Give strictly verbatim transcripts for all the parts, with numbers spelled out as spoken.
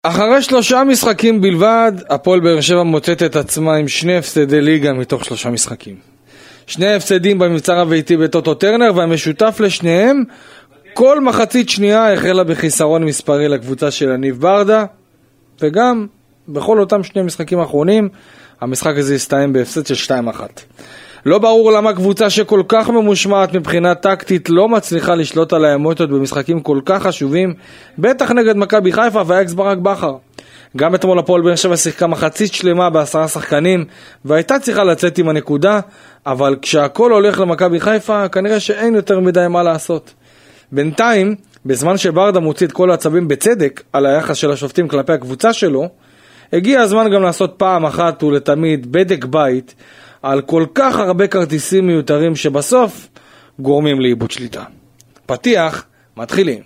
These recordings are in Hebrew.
אחרי שלושה משחקים בלבד, הפועל באר שבע מוצאת את עצמה עם שני הפסדי ליגה מתוך שלושה משחקים. שני הפסדים במבצר הביתי בטוטו טרנר, והמשותף לשניהם, כל מחצית שנייה החלה בחיסרון מספרי לקבוצה של יניב ברדה, וגם בכל אותם שני משחקים האחרונים, המשחק הזה הסתיים בהפסד של שתיים אחת. לא ברור למה קבוצה שכל כך ממושמעת מבחינה טקטית לא מצליחה לשלוט על האמוציות במשחקים כל כך חשובים, בטח נגד מכבי חיפה והאקס ברק בכר. גם אתמול הפועל באר שבע שיחקה מחצית שלמה בעשרה שחקנים, והייתה צריכה לצאת עם הנקודה, אבל כשהכל הולך למכבי חיפה, כנראה שאין יותר מדי מה לעשות. בינתיים, בזמן שברדה מוציא את כל העצבים בצדק על היחס של השופטים כלפי הקבוצה שלו, הגיע הזמן גם לעשות פעם אחת ולתמיד בדק בית על כל כך הרבה כרטיסים מיותרים שבסוף גורמים לאיבוד שליטה. פתיח, מתחילים.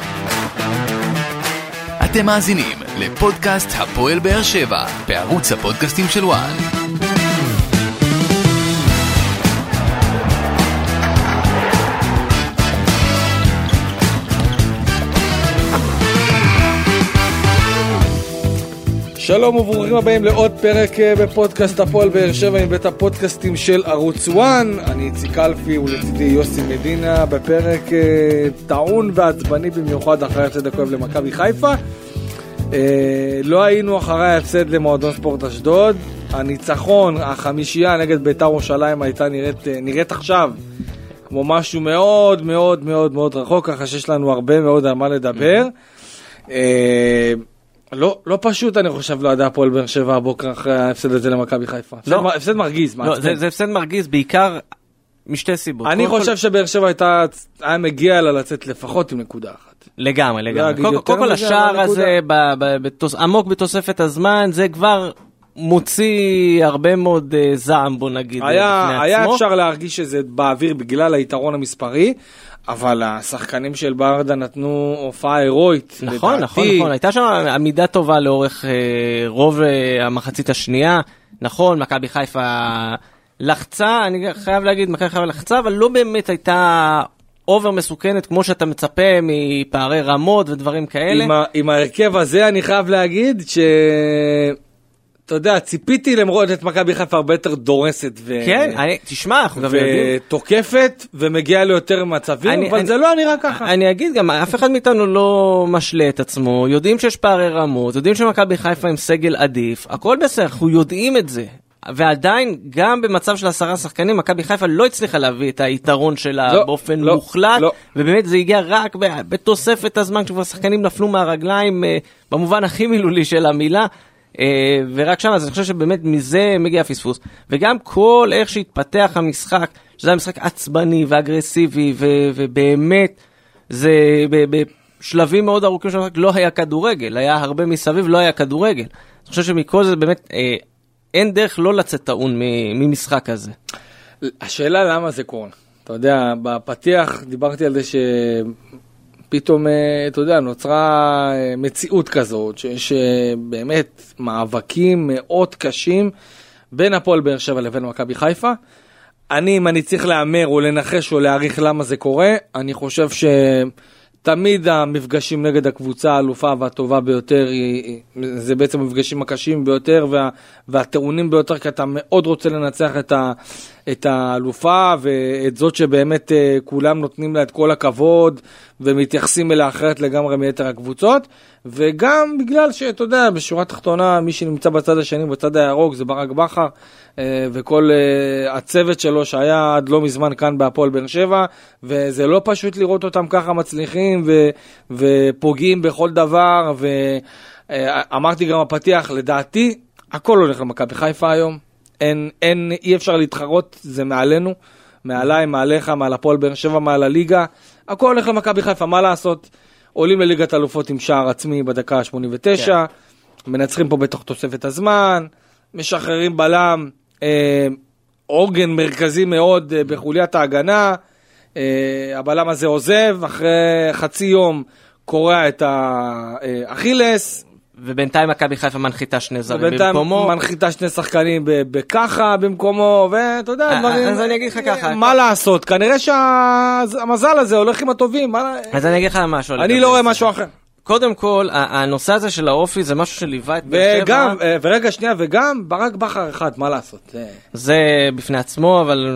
אתם מאזינים לפודקאסט הפועל באר שבע בערוץ הפודקאסטים של וואן. שלום וברוכים הבאים לעוד פרק בפודקאסט הפועל באר שבע עם בית הפודקאסטים של ערוץ וואן. אני איציק אלפי ולצידי יוסי מדינה בפרק טעון ועצבני במיוחד אחרי ההפסד הכואב למכבי חיפה. לא היינו אחרי ההפסד למועדון ספורט אשדוד. הניצחון, החמישייה נגד בית"ר ירושלים הייתה נראית, נראית עכשיו כמו משהו מאוד מאוד מאוד מאוד רחוק, ככה שיש לנו הרבה מאוד על מה לדבר. לא, לא פשוט, אני חושב, לא ידע הפועל באר שבע הבוקר אחרי ההפסד הזה למכבי חיפה. לא. הפסד מרגיז. לא, זה, זה הפסד מרגיז בעיקר משתי סיבות. אני כל, חושב כל... שבאר שבע הייתה, היה מגיע לה לצאת לפחות עם נקודה אחת. לגמרי, לגמרי. כל, כל, כל השער הזה, ב, ב, בתוס, עמוק בתוספת הזמן, זה כבר מוציא הרבה מאוד uh, זעם, בוא נגיד, היה, לפני היה עצמו. אפשר להרגיש שזה באוויר בגלל היתרון המספרי, אבל השחקנים של ברדה נתנו הופעה הירואית. נכון, נכון, נכון. הייתה שם עמידה טובה לאורך אה, רוב אה, המחצית השנייה. נכון, מכבי חיפה לחצה, אני חייב להגיד, מכבי חיפה לחצה, אבל לא באמת הייתה אובר מסוכנת, כמו שאתה מצפה מפערי רמות ודברים כאלה. עם, ה- עם ההרכב הזה אני חייב להגיד ש... אתה יודע, ציפיתי למרות את מכבי חיפה הרבה יותר דורסת ו... כן, אני, תשמע, אנחנו גם יודעים. ותוקפת ומגיעה ליותר מצבים, אני, אבל אני, זה לא נראה ככה. אני אגיד גם, אף אחד מאיתנו לא משלה את עצמו, יודעים שיש פערי רמות, יודעים שמכבי חיפה עם סגל עדיף, הכל בסדר, אנחנו יודעים את זה. ועדיין, גם במצב של עשרה שחקנים, מכבי חיפה לא הצליחה להביא את היתרון שלה לא, באופן לא, מוחלט, לא. ובאמת זה הגיע רק בתוספת הזמן, כשכבר שחקנים נפלו מהרגליים, במובן הכי מילולי של המילה, ורק שם, אז אני חושב שבאמת מזה מגיע פספוס. וגם כל איך שהתפתח המשחק, שזה המשחק עצבני ואגרסיבי, ובאמת זה בשלבים מאוד ארוכים של המשחק לא היה כדורגל, היה הרבה מסביב, לא היה כדורגל. אני חושב שמכל זה באמת אין דרך לא לצאת טעון ממשחק הזה. השאלה למה זה קורה. אתה יודע, בפתיח דיברתי על זה ש... פתאום, אתה יודע, נוצרה מציאות כזאת, שיש באמת מאבקים מאוד קשים בין הפועל באר שבע לבין מכבי חיפה. אני, אם אני צריך לאמר או לנחש או להעריך למה זה קורה, אני חושב שתמיד המפגשים נגד הקבוצה האלופה והטובה ביותר, זה בעצם המפגשים הקשים ביותר וה, והטעונים ביותר, כי אתה מאוד רוצה לנצח את ה... את האלופה ואת זאת שבאמת uh, כולם נותנים לה את כל הכבוד ומתייחסים אליה אחרת לגמרי מיתר הקבוצות, וגם בגלל שאתה יודע, בשורה תחתונה מי שנמצא בצד השני, בצד הירוק, זה ברק בכר uh, וכל uh, הצוות שלו שהיה עד לא מזמן כאן בהפועל באר שבע, וזה לא פשוט לראות אותם ככה מצליחים ו- ופוגעים בכל דבר, ואמרתי uh, גם הפתיח, לדעתי הכל הולך למכבי חיפה היום. אין, אין, אי אפשר להתחרות, זה מעלינו, מעליי, מעליך, מעל הפועל באר שבע, מעל הליגה, הכל הולך למכבי חיפה, מה לעשות? עולים לליגת אלופות עם שער עצמי בדקה שמונים ותשע, כן. מנצחים פה בתוך תוספת הזמן, משחררים בלם, אה, אורגן מרכזי מאוד אה, בחוליית ההגנה, אה, הבלם הזה עוזב, אחרי חצי יום קורע את האכילס, ובינתיים מכבי חיפה מנחיתה שני זרים במקומו. ובינתיים מנחיתה שני שחקנים בככה במקומו, ואתה יודע, דברים... אז אני אגיד לך ככה. מה לעשות? כנראה שהמזל הזה הולך עם הטובים. אז אני אגיד לך משהו. אני לא רואה משהו אחר. קודם כל, הנושא הזה של האופי זה משהו שליווה את באר שבע. וגם, ורגע שנייה, וגם ברק בכר אחד, מה לעשות? זה בפני עצמו, אבל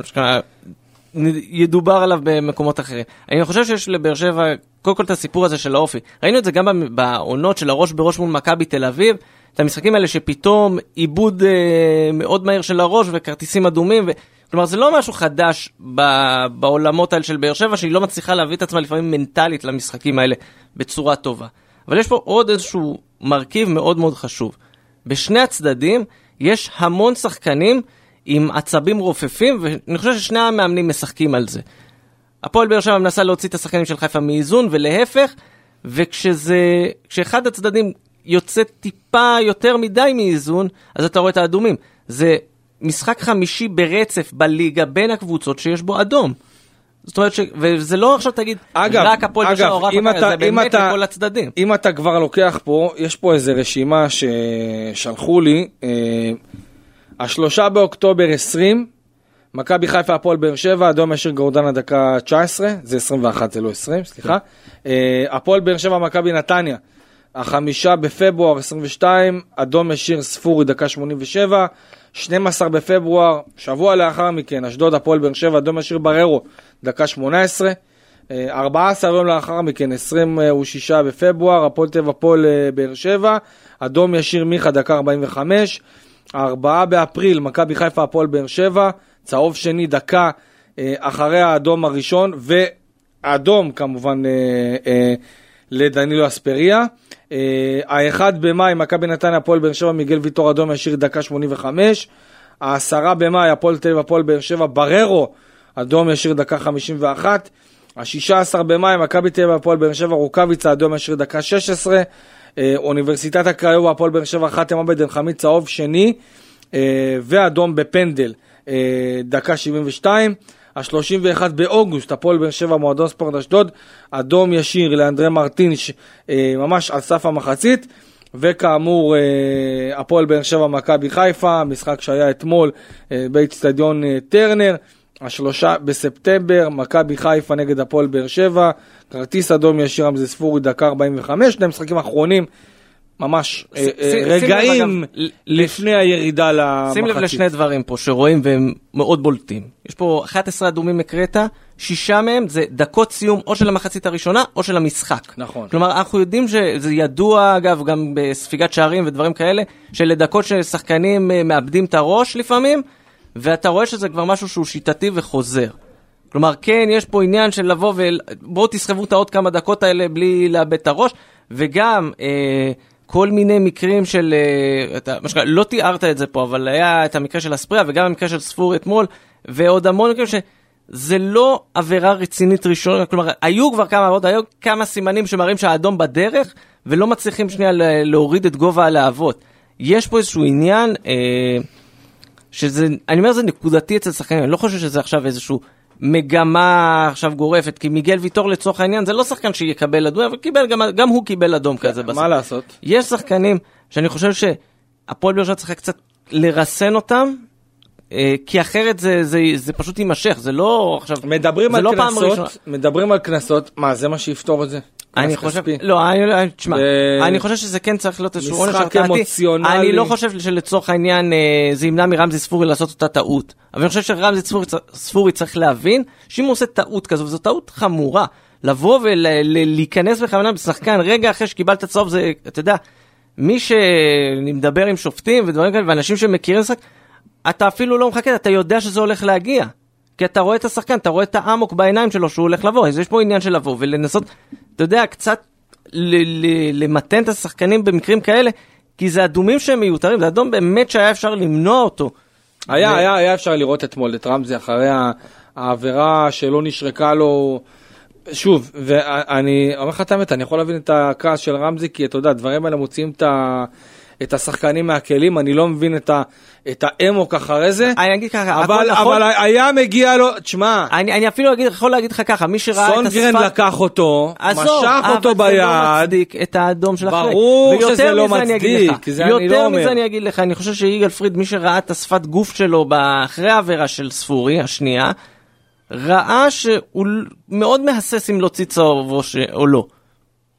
ידובר עליו במקומות אחרים. אני חושב שיש לבאר שבע, קודם כל את הסיפור הזה של האופי. ראינו את זה גם בעונות של הראש בראש מול מכבי תל אביב, את המשחקים האלה שפתאום עיבוד מאוד מהיר של הראש וכרטיסים אדומים, ו... כלומר, זה לא משהו חדש ב- בעולמות האלה של באר שבע, שהיא לא מצליחה להביא את עצמה לפעמים מנטלית למשחקים האלה בצורה טובה. אבל יש פה עוד איזשהו מרכיב מאוד מאוד חשוב. בשני הצדדים יש המון שחקנים עם עצבים רופפים, ואני חושב ששני המאמנים משחקים על זה. הפועל באר שבע מנסה להוציא את השחקנים של חיפה מאיזון ולהפך, וכשזה, כשאחד הצדדים יוצא טיפה יותר מדי מאיזון, אז אתה רואה את האדומים. זה משחק חמישי ברצף בליגה בין הקבוצות שיש בו אדום. זאת אומרת ש... וזה לא עכשיו תגיד, אגב, רק הפועל אגב, בשעה, אם אתה, זה באמת אתה, לכל הצדדים. אם אתה כבר לוקח פה, יש פה איזו רשימה ששלחו לי, אה, השלושה באוקטובר עשרים, מכבי חיפה הפועל באר שבע, אדום ישיר גורדן הדקה תשע עשרה, זה עשרים ואחת, זה לא עשרים, סליחה. אה, הפועל באר שבע מכבי נתניה, החמישה בפברואר עשרים ושתיים, אדום ישיר ספורי דקה שמונים ושבע, שנים עשר בפברואר, שבוע לאחר מכן, אשדוד הפועל באר שבע, אדום ישיר בררו, דקה שמונה עשרה, ארבעה עשר יום לאחר מכן, עשרים ושש בפברואר, הפועל טבע הפועל באר שבע, אדום ישיר מיכה, דקה ארבעים וחמש, ארבעה באפריל, מכבי חיפה הפועל באר שבע, צהוב שני, דקה אחרי האדום הראשון, ואדום כמובן לדנילו אספריה, האחד במאי, מכבי נתניה הפועל באר שבע, מיגל ויטור אדום ישיר דקה שמונים וחמש, העשרה במאי, הפועל תל אביב הפועל באר שבע, בררו אדום ישיר דקה חמישים ואחת, השישה עשר במאי, מכבי תל אביב הפועל באר שבע, רוקאביצה אדום ישיר דקה שש עשרה, אוניברסיטת הקריובה הפועל באר שבע, חתם עבד אל חמיד צהוב שני, ואדום בפנדל דקה שבעים ושתיים, ה-שלושים ואחד באוגוסט, הפועל באר שבע, מועדון ספורט אשדוד, אדום ישיר לאנדרי מרטינש, ממש על סף המחצית, וכאמור, הפועל באר שבע, מכבי חיפה, משחק שהיה אתמול באצטדיון טרנר, השלושה בספטמבר, מכבי חיפה נגד הפועל באר שבע, כרטיס אדום ישיר רמזי ספורי, דקה ארבעים וחמש, שני משחקים אחרונים, ממש רגעים לפני הירידה למחצית. שים לב לשני דברים פה שרואים והם מאוד בולטים. יש פה אחת עשרה אדומים מקרטה, שישה מהם זה דקות סיום או של המחצית הראשונה או של המשחק. נכון. כלומר, אנחנו יודעים שזה ידוע, אגב, גם בספיגת שערים ודברים כאלה, שלדקות ששחקנים מאבדים את הראש לפעמים, ואתה רואה שזה כבר משהו שהוא שיטתי וחוזר. כלומר, כן, יש פה עניין של לבוא ובואו תסחבו את העוד כמה דקות האלה בלי לאבד את הראש, וגם אה, כל מיני מקרים של, אה, אתה, משקע, לא תיארת את זה פה, אבל היה את המקרה של אספריה וגם המקרה של ספור אתמול, ועוד המון מקרים שזה לא עבירה רצינית ראשונה, כלומר, היו כבר כמה עבוד, היו כמה סימנים שמראים שהאדום בדרך, ולא מצליחים שנייה להוריד את גובה הלהבות. יש פה איזשהו עניין, אה, שזה, אני אומר, זה נקודתי אצל שחקנים, אני לא חושב שזה עכשיו איזשהו מגמה עכשיו גורפת, כי מיגל ויטור לצורך העניין, זה לא שחקן שיקבל אדום, אבל קיבל, גם, גם הוא קיבל אדום כזה. מה בסך. לעשות? יש שחקנים שאני חושב שהפועל באר שבע צריך קצת לרסן אותם, כי אחרת זה, זה, זה פשוט יימשך, זה לא עכשיו, מדברים זה על לא כנסות, מדברים על כנסות, מה, זה מה שיפתור את זה? אני חושב, לא, אני, תשמע, אני חושב שזה כן צריך להיות איזשהו עונש משחק אמוציונלי. אני לא חושב שלצורך העניין זה ימנע מרמזי ספורי לעשות אותה טעות. אבל אני חושב שרמזי ספורי, ספורי צריך להבין שאם הוא עושה טעות כזו, וזו טעות חמורה, לבוא ולהיכנס בכוונה בשחקן רגע אחרי שקיבלת צהוב, זה, אתה יודע, מי שמדבר עם שופטים ודברים כאלה, ואנשים שמכירים שחק, אתה אפילו לא מחכה, אתה יודע שזה הולך להגיע. כי אתה רואה את השחקן, אתה רואה את העמוק בעיניים שלו שהוא הולך לבוא. אז יש פה עניין של לבוא ולנסות, אתה יודע, קצת למתן את השחקנים במקרים כאלה, כי זה אדומים שהם מיותרים, זה אדום באמת שהיה אפשר למנוע אותו. היה, ו... היה, היה אפשר לראות אתמול את רמזי אחרי העבירה שלא נשרקה לו, שוב, ואני אומר לך את האמת, אני יכול להבין את הכעס של רמזי, כי אתה יודע, הדברים האלה מוציאים את ה... את השחקנים מהכלים, אני לא מבין את ה את האמוק אחרי זה. אני אגיד ככה, אבל אבל היה מגיע לו, תשמע, אני אני אפילו אגיד, יכול להגיד לך ככה, מי שראה את השפת, סונגרן לקח אותו, משך אותו ביד, זה לא מצדיק את האדום של אחרי. ברור שזה לא מצדיק, זה אני לא אומר. יותר מזה אני אגיד לך, אני חושב שיגאל פריד, מי שראה את השפת גוף שלו אחרי העבירה של ספורי, השנייה, ראה שהוא מאוד מהסס אם להוציא צהוב או לא.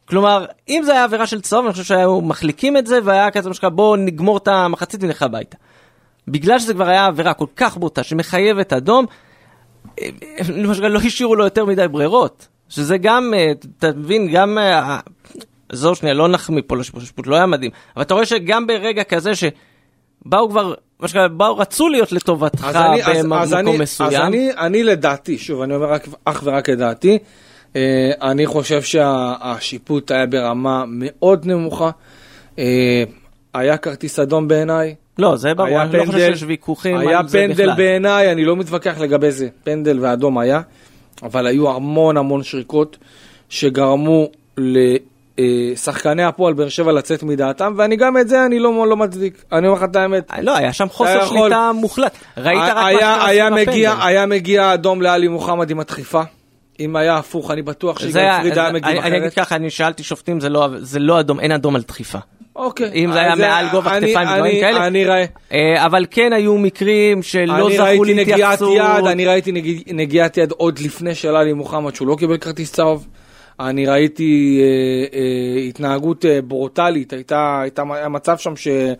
כלומר, אם זה היה עבירה של צהוב, אני חושב שהיו מחליקים את זה, והיה כזה משקע, בואו נגמור את המחצית ונלך הביתה. בגלל שזה כבר היה עבירה כל כך בוטה, שמחייבת אדום, למשל, לא השאירו לו יותר מדי ברירות. שזה גם, תבין, גם, זו שנייה, לא נחמיא פה לשיפוט, לא היה מדהים. אבל אתה רואה שגם ברגע כזה שבאו כבר, משקע, באו, רצו להיות לטובתך במקום מסוים. אז אני, אני לדעתי, שוב, אני אומר אך ורק לדעתי, אני חושב שהשיפוט היה ברמה מאוד נמוכה. היה כרטיס אדום בעיניי. לא, זה ברור, אני לא חושב שיש ויכוחים על זה בכלל. היה פנדל בעיניי, אני לא מתווכח לגבי זה. פנדל ואדום היה, אבל היו המון המון שריקות שגרמו לשחקני הפועל באר שבע לצאת מדעתם, ואני גם את זה אני לא, לא מצדיק. אני אומר לך את האמת. לא, היה שם חוסר יכול... שליטה מוחלט. ראית רק היה, מה היה מגיע, היה מגיע אדום לאלי מוחמד עם הדחיפה. אם היה הפוך, אני בטוח שיגאל פריד היה מגיב אחרת. אני אגיד ככה, אני שאלתי שופטים, זה לא, זה לא אדום, אין אדום על דחיפה. אוקיי. אם זה היה מעל גובה כתפיים ודברים כאלה. אני ראה. אבל כן היו מקרים שלא זכו להתייחסות. אני ראיתי נגיעת יד עוד לפני של אלי מוחמד, שהוא לא קיבל כרטיס צהוב. אני ראיתי התנהגות ברוטלית, הייתה מצב שם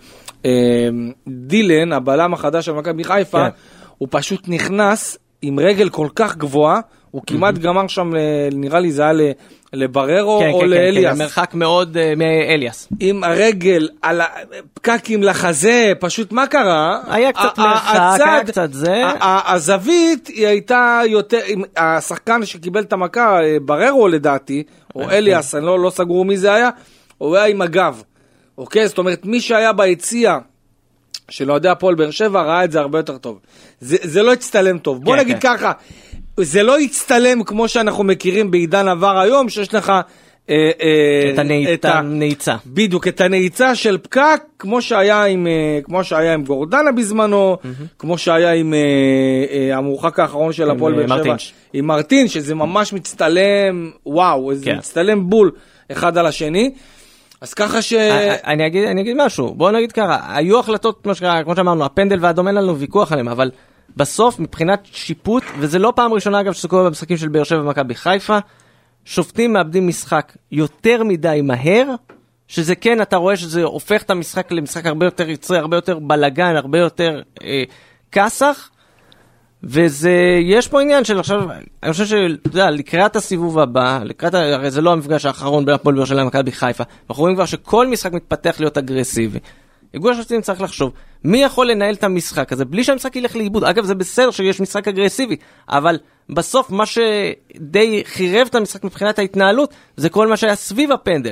שדילן, הבלם החדש של מכבי חיפה, הוא פשוט נכנס עם רגל כל כך גבוהה, הוא כמעט גמר שם, נראה לי זה היה לבררו או לאליאס. כן, מרחק מאוד מאליאס. עם הרגל על הפקקים לחזה, פשוט מה קרה? היה קצת מרחק, היה קצת זה. הזווית היא הייתה יותר, השחקן שקיבל את המכה, בררו לדעתי, או אליאס, אני לא סגרו מי זה היה, הוא היה עם הגב. אוקיי? זאת אומרת, מי שהיה ביציע, שלא יודע הפועל באר שבע, ראה את זה הרבה יותר טוב. זה לא הצטלם טוב. בוא נגיד ככה, זה לא יצטלם כמו שאנחנו מכירים בעידן עבר היום, שיש לך את הנעיצה. בדיוק, את הנעיצה של פקק, כמו שהיה עם, כמו שהיה עם גורדנה בזמנו, כמו שהיה עם המורחק האחרון של הפועל באר שבע, עם מרטין, שזה ממש מצטלם, וואו, זה מצטלם בול אחד על השני. אז ככה ש... אני אגיד, אני אגיד משהו, בואו נגיד ככה, היו החלטות, כמו שאמרנו, הפנדל והאדום אין לנו ויכוח עליהם, אבל בסוף, מבחינת שיפוט, וזה לא פעם ראשונה אגב שזה קורה במשחקים של באר שבע ומכבי חיפה, שופטים מאבדים משחק יותר מדי מהר, שזה כן, אתה רואה שזה הופך את המשחק למשחק הרבה יותר יצרי, הרבה יותר בלגן, הרבה יותר אה, כסח, וזה, יש פה עניין של עכשיו, אני חושב שאתה יודע, לקראת הסיבוב הבא, לקראת, הרי זה לא המפגש האחרון בין הפועל באר שבע ומכבי חיפה, אנחנו רואים כבר שכל משחק מתפתח להיות אגרסיבי. איגוד השופטים צריך לחשוב, מי יכול לנהל את המשחק הזה, בלי שהמשחק ילך לאיבוד. אגב, זה בסדר שיש משחק אגרסיבי, אבל בסוף מה שדי חירב את המשחק מבחינת ההתנהלות, זה כל מה שהיה סביב הפנדל.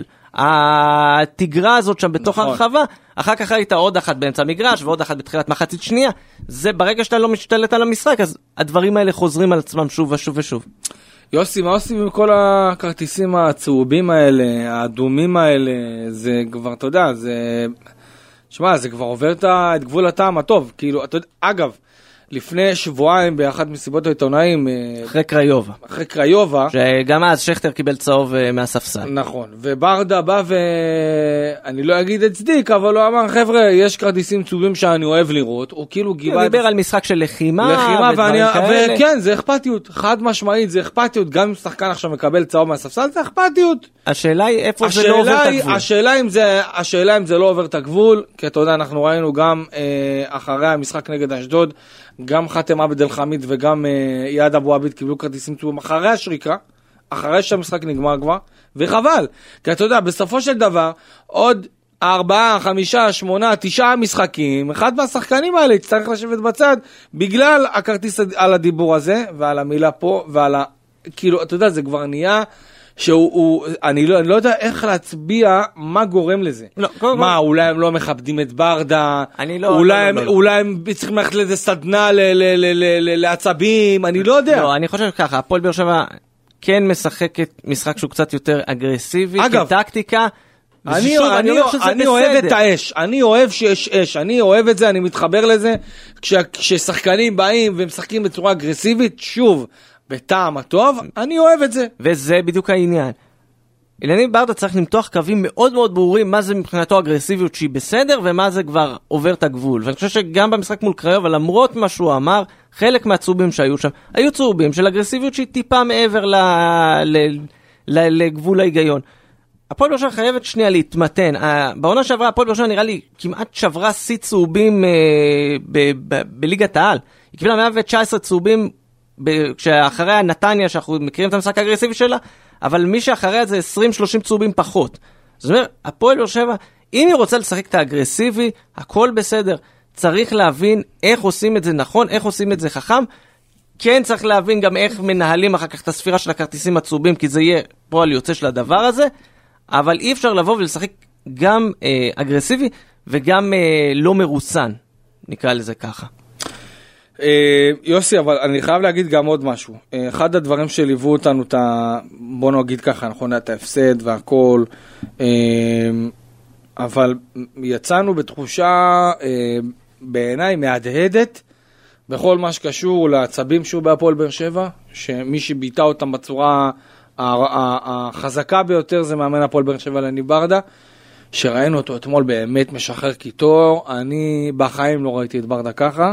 התגרה הזאת שם בתוך נכון. הרחבה, אחר כך היית עוד אחת באמצע המגרש, ועוד אחת בתחילת מחצית שנייה. זה ברגע שאתה לא משתלט על המשחק, אז הדברים האלה חוזרים על עצמם שוב ושוב ושוב. יוסי, מה עושים עם כל הכרטיסים הצהובים האלה, האדומים האלה? זה כבר, אתה יודע, זה... שמע, זה כבר עובר את גבול הטעם הטוב. כאילו, אתה יודע, אגב, לפני שבועיים באחת מסיבות העיתונאים... אחרי קריובה. אחרי קריובה. שגם אז שכטר קיבל צהוב מהספסל. נכון. וברדה בא ואני לא אגיד הצדיק, אבל הוא אמר, חבר'ה, יש כרטיסים צהובים שאני אוהב לראות. הוא כאילו גיבה... הוא דיבר על משחק של לחימה. לחימה, ואני... וכן, זה אכפתיות. חד משמעית, זה אכפתיות. גם אם שחקן עכשיו מקבל צהוב מהספסל, זה אכפתיות. השאלה היא איפה זה לא עובר את הגבול. השאלה אם זה, השאלה אם זה לא עובר את הגבול, כי אתה יודע, אנחנו ראינו גם אחרי המשחק נגד אשדוד, גם חתם עבד אל חמיד וגם יעד אבו עביד קיבלו כרטיסים צהובים אחרי השריקה, אחרי שהמשחק נגמר כבר, וחבל, כי אתה יודע, בסופו של דבר, עוד ארבעה, חמישה, שמונה, תשעה משחקים, אחד מהשחקנים האלה יצטרך לשבת בצד, בגלל הכרטיס על הדיבור הזה, ועל המילה פה, ועל ה... כאילו, אתה יודע, זה כבר נהיה... שהוא, הוא, אני, לא, אני לא יודע איך להצביע מה גורם לזה. לא, מה, אולי הם לא מכבדים את ברדה, אני לא, אולי, לא, הם, לא, לא, אולי הם צריכים ללכת לזה סדנה ל, ל, ל, ל, ל, לעצבים, אני לא יודע. לא, אני חושב ככה, הפועל באר שבע כן משחקת משחק שהוא קצת יותר אגרסיבי, אגב, כטקטיקה. אני, שוב, אני, אני, אני אוהב את האש, אני אוהב שיש אש, אני אוהב את זה, אני מתחבר לזה, כש, כששחקנים באים ומשחקים בצורה אגרסיבית, שוב, בטעם הטוב, אני אוהב את זה. וזה בדיוק העניין. אליניב ברדה צריך למתוח קווים מאוד מאוד ברורים, מה זה מבחינתו אגרסיביות שהיא בסדר, ומה זה כבר עובר את הגבול. ואני חושב שגם במשחק מול קריובה, למרות מה שהוא אמר, חלק מהצהובים שהיו שם, היו צהובים של אגרסיביות שהיא טיפה מעבר ל... ל... ל... לגבול ההיגיון. הפועל באר שבע חייבת שנייה להתמתן. בעונה שעברה, הפועל באר שבע נראה לי כמעט שברה שיא צהובים בליגת העל. היא קיבלה מאה ותשע עשרה צהובים כשאחרי הנתניה, שאנחנו מכירים את המשחק האגרסיבי שלה, אבל מי שאחריה זה עשרים שלושים צהובים פחות. זאת אומרת, הפועל באר שבע, אם היא רוצה לשחק את האגרסיבי, הכל בסדר. צריך להבין איך עושים את זה נכון, איך עושים את זה חכם. כן צריך להבין גם איך מנהלים אחר כך את הספירה של הכרטיסים הצהובים, כי זה יהיה פועל יוצא של הדבר הזה. אבל אי אפשר לבוא ולשחק גם אה, אגרסיבי וגם אה, לא מרוסן, נקרא לזה ככה. אה, יוסי, אבל אני חייב להגיד גם עוד משהו. אה, אחד הדברים שליוו אותנו, את ה... בוא נגיד ככה, נכון, את ההפסד והכל, אה, אבל יצאנו בתחושה אה, בעיניי מהדהדת, בכל מה שקשור לעצבים שהוא בהפועל באר שבע, שמי שביטא אותם בצורה החזקה ביותר זה מאמן הפועל באר שבע לני ברדה, שראינו אותו אתמול באמת משחרר קיטור. אני בחיים לא ראיתי את ברדה ככה,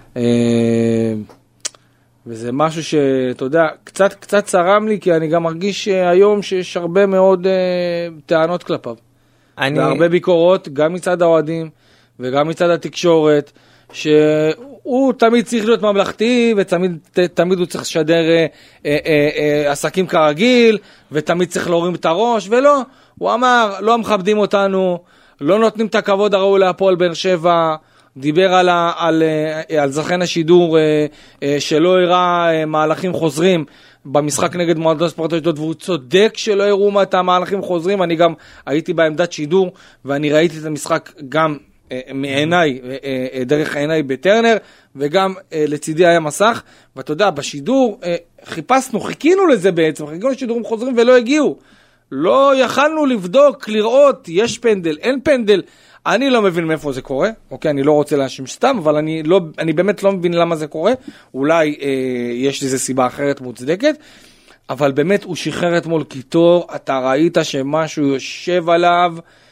וזה משהו שאתה יודע, קצת קצת צרם לי, כי אני גם מרגיש היום שיש הרבה מאוד טענות כלפיו, אני... והרבה ביקורות, גם מצד האוהדים וגם מצד התקשורת, שהוא תמיד צריך להיות ממלכתי, ותמיד תמיד הוא צריך לשדר אה, אה, אה, עסקים כרגיל, ותמיד צריך להורים את הראש, ולא, הוא אמר, לא מכבדים אותנו, לא נותנים את הכבוד הראוי להפועל באר שבע, דיבר על, ה, על, על, על זכיין השידור אה, אה, שלא הראה אה, מהלכים חוזרים במשחק נגד מועדון ספורט אשדוד, והוא צודק שלא הראו את המהלכים חוזרים. אני גם הייתי בעמדת שידור, ואני ראיתי את המשחק גם מעיניי, דרך העיניי בטרנר, וגם לצידי היה מסך, ואתה יודע, בשידור חיפשנו, חיכינו לזה בעצם, חיכינו לשידורים חוזרים ולא הגיעו. לא יכלנו לבדוק, לראות, יש פנדל, אין פנדל. אני לא מבין מאיפה זה קורה, אוקיי, אני לא רוצה להאשים סתם, אבל אני, לא, אני באמת לא מבין למה זה קורה. אולי אה, יש לזה סיבה אחרת מוצדקת, אבל באמת הוא שחרר אתמול קיטור, אתה ראית שמשהו יושב עליו,